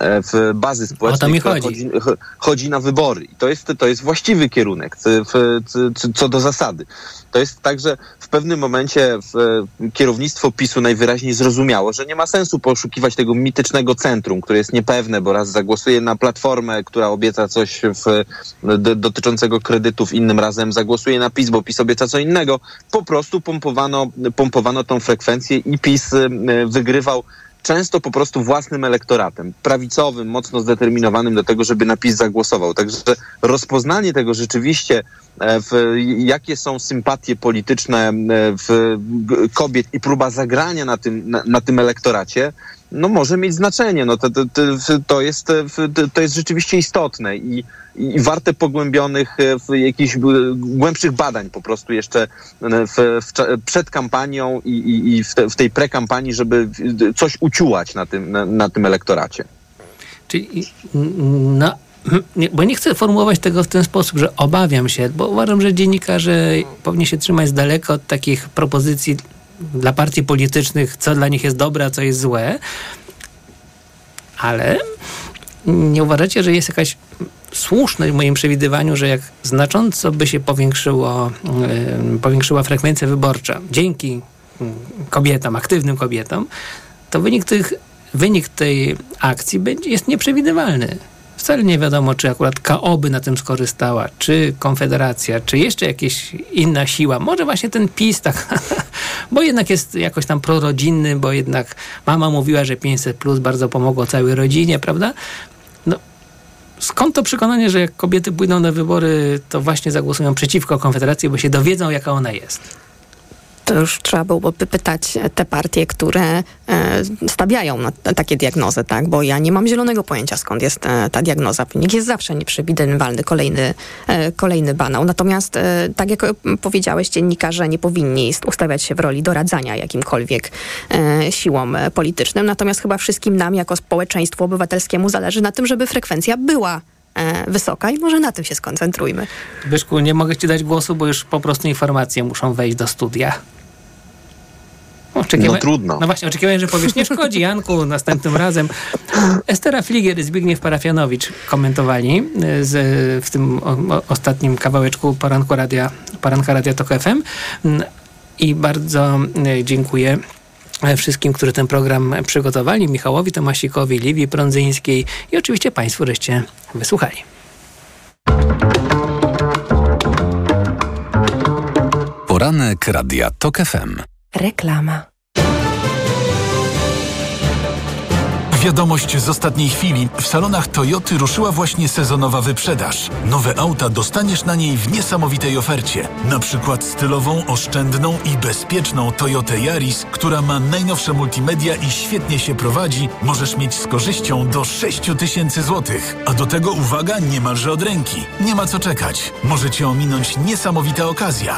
w bazy społecznej, która chodzi. Chodzi, chodzi na wybory. I to jest, to jest właściwy kierunek w, w, co do zasady. To jest tak, że w pewnym momencie w, kierownictwo PiSu najwyraźniej zrozumiało, że nie ma sensu poszukiwać tego mitycznego centrum, które jest niepewne, bo raz zagłosuje na Platformę, która obieca coś w, d, dotyczącego kredytów, innym razem zagłosuje na PiS, bo PiS obieca co innego. Po prostu pompowano, pompowano tą frekwencję i PiS wygrywał często po prostu własnym elektoratem, prawicowym, mocno zdeterminowanym do tego, żeby na PiS zagłosował. Także rozpoznanie tego rzeczywiście, w, jakie są sympatie polityczne w kobiet i próba zagrania na tym, na, na tym elektoracie, no może mieć znaczenie. No to, to, to, jest, to jest rzeczywiście istotne i, i warte pogłębionych, jakichś głębszych badań po prostu jeszcze w, w, przed kampanią i, i, i w, te, w tej prekampanii, żeby coś uciułać na tym, na, na tym elektoracie. Czyli no, nie, bo nie chcę formułować tego w ten sposób, że obawiam się, bo uważam, że dziennikarze powinni się trzymać z daleka od takich propozycji dla partii politycznych, co dla nich jest dobre, a co jest złe. Ale nie uważacie, że jest jakaś słuszność w moim przewidywaniu, że jak znacząco by się powiększyło, yy, powiększyła frekwencja wyborcza dzięki kobietom, aktywnym kobietom, to wynik tych wynik tej akcji będzie, jest nieprzewidywalny. Wcale nie wiadomo, czy akurat K O by na tym skorzystała, czy Konfederacja, czy jeszcze jakaś inna siła. Może właśnie ten PiS, tak, bo jednak jest jakoś tam prorodzinny, bo jednak mama mówiła, że pięćset plus bardzo pomogło całej rodzinie, prawda? No, skąd to przekonanie, że jak kobiety pójdą na wybory, to właśnie zagłosują przeciwko Konfederacji, bo się dowiedzą, jaka ona jest? To już trzeba byłoby pytać te partie, które e, stawiają na takie diagnozy, tak? Bo ja nie mam zielonego pojęcia, skąd jest e, ta diagnoza. Wynik jest zawsze nieprzewidywalny, kolejny, e, kolejny banał. Natomiast, e, tak jak powiedziałeś, dziennikarze nie powinni ustawiać się w roli doradzania jakimkolwiek e, siłom politycznym. Natomiast chyba wszystkim nam, jako społeczeństwu obywatelskiemu, zależy na tym, żeby frekwencja była e, wysoka i może na tym się skoncentrujmy. Byszku, nie mogę ci dać głosu, bo już po prostu informacje muszą wejść do studia. Oczekiwa... No trudno. No właśnie, oczekiwałem, że powiesz, nie szkodzi, Janku, następnym razem. Estera Fligier i Zbigniew Parafianowicz komentowali z, w tym o, o, ostatnim kawałeczku poranku radia, poranka Radia Tok F M i bardzo dziękuję wszystkim, którzy ten program przygotowali, Michałowi Tomasikowi, Liwii Prądzyńskiej i oczywiście Państwu, żeście wysłuchali. Poranek Radia Tok F M. Reklama. Wiadomość z ostatniej chwili. W salonach Toyoty ruszyła właśnie sezonowa wyprzedaż. Nowe auta dostaniesz na niej w niesamowitej ofercie. Na przykład stylową, oszczędną i bezpieczną Toyotę Yaris, która ma najnowsze multimedia i świetnie się prowadzi, możesz mieć z korzyścią do sześć tysięcy złotych. A do tego, uwaga, niemalże od ręki. Nie ma co czekać. Może cię ominąć niesamowita okazja.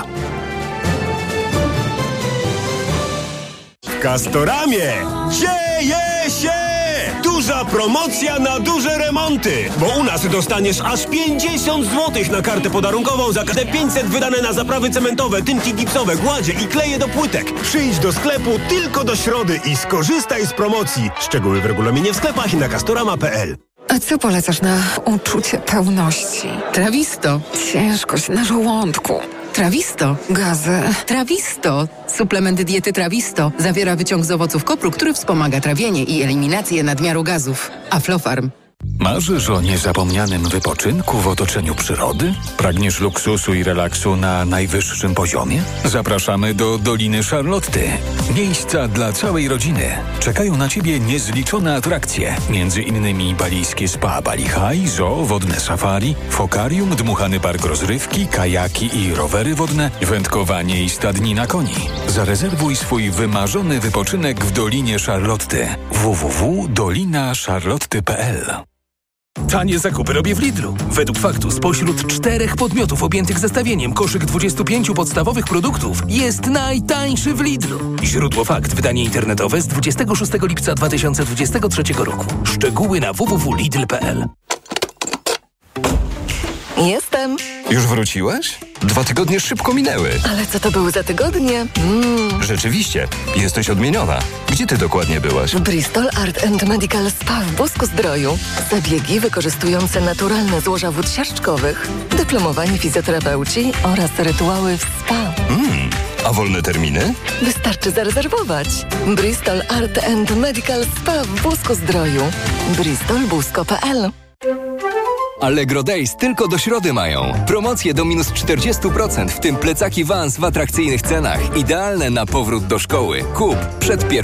W Castoramie dzieje się! Duża promocja na duże remonty! Bo u nas dostaniesz aż pięćdziesiąt złotych na kartę podarunkową za każde pięćset wydane na zaprawy cementowe, tynki gipsowe, gładzie i kleje do płytek. Przyjdź do sklepu tylko do środy i skorzystaj z promocji. Szczegóły w regulaminie w sklepach i na castorama kropka p l. A co polecasz na uczucie pełności? Trawisto. Ciężkość na żołądku. Trawisto. Gazy. Trawisto. Suplement diety Trawisto zawiera wyciąg z owoców kopru, który wspomaga trawienie i eliminację nadmiaru gazów. Aflofarm. Marzysz o niezapomnianym wypoczynku w otoczeniu przyrody? Pragniesz luksusu i relaksu na najwyższym poziomie? Zapraszamy do Doliny Charlotty. Miejsca dla całej rodziny. Czekają na Ciebie niezliczone atrakcje. Między innymi balijskie spa Bali High, zoo, wodne safari, fokarium, dmuchany park rozrywki, kajaki i rowery wodne, wędkowanie i stadnina koni. Zarezerwuj swój wymarzony wypoczynek w Dolinie Charlotty. w w w kropka dolina charlotty kropka p l. Tanie zakupy robię w Lidlu. Według faktu spośród czterech podmiotów objętych zestawieniem koszyk dwudziestu pięciu podstawowych produktów jest najtańszy w Lidlu. Źródło Fakt, wydanie internetowe z dwudziestego szóstego lipca dwa tysiące dwudziestego trzeciego roku. Szczegóły na w w w kropka lidl kropka p l. Jestem. Już wróciłaś? Dwa tygodnie szybko minęły. Ale co to były za tygodnie? Mm. Rzeczywiście, jesteś odmieniona. Gdzie ty dokładnie byłaś? Bristol Art and Medical Spa w Bosku-Zdroju. Zabiegi wykorzystujące naturalne złoża wód siarczkowych, dyplomowani fizjoterapeuci oraz rytuały w spa. Mm. A wolne terminy? Wystarczy zarezerwować. Bristol Art and Medical Spa w Bosku-Zdroju. bristol busko kropka p l. Allegro Days tylko do środy mają. Promocje do minus czterdzieści procent, w tym plecaki Vans w atrakcyjnych cenach. Idealne na powrót do szkoły. Kup przed pierwszym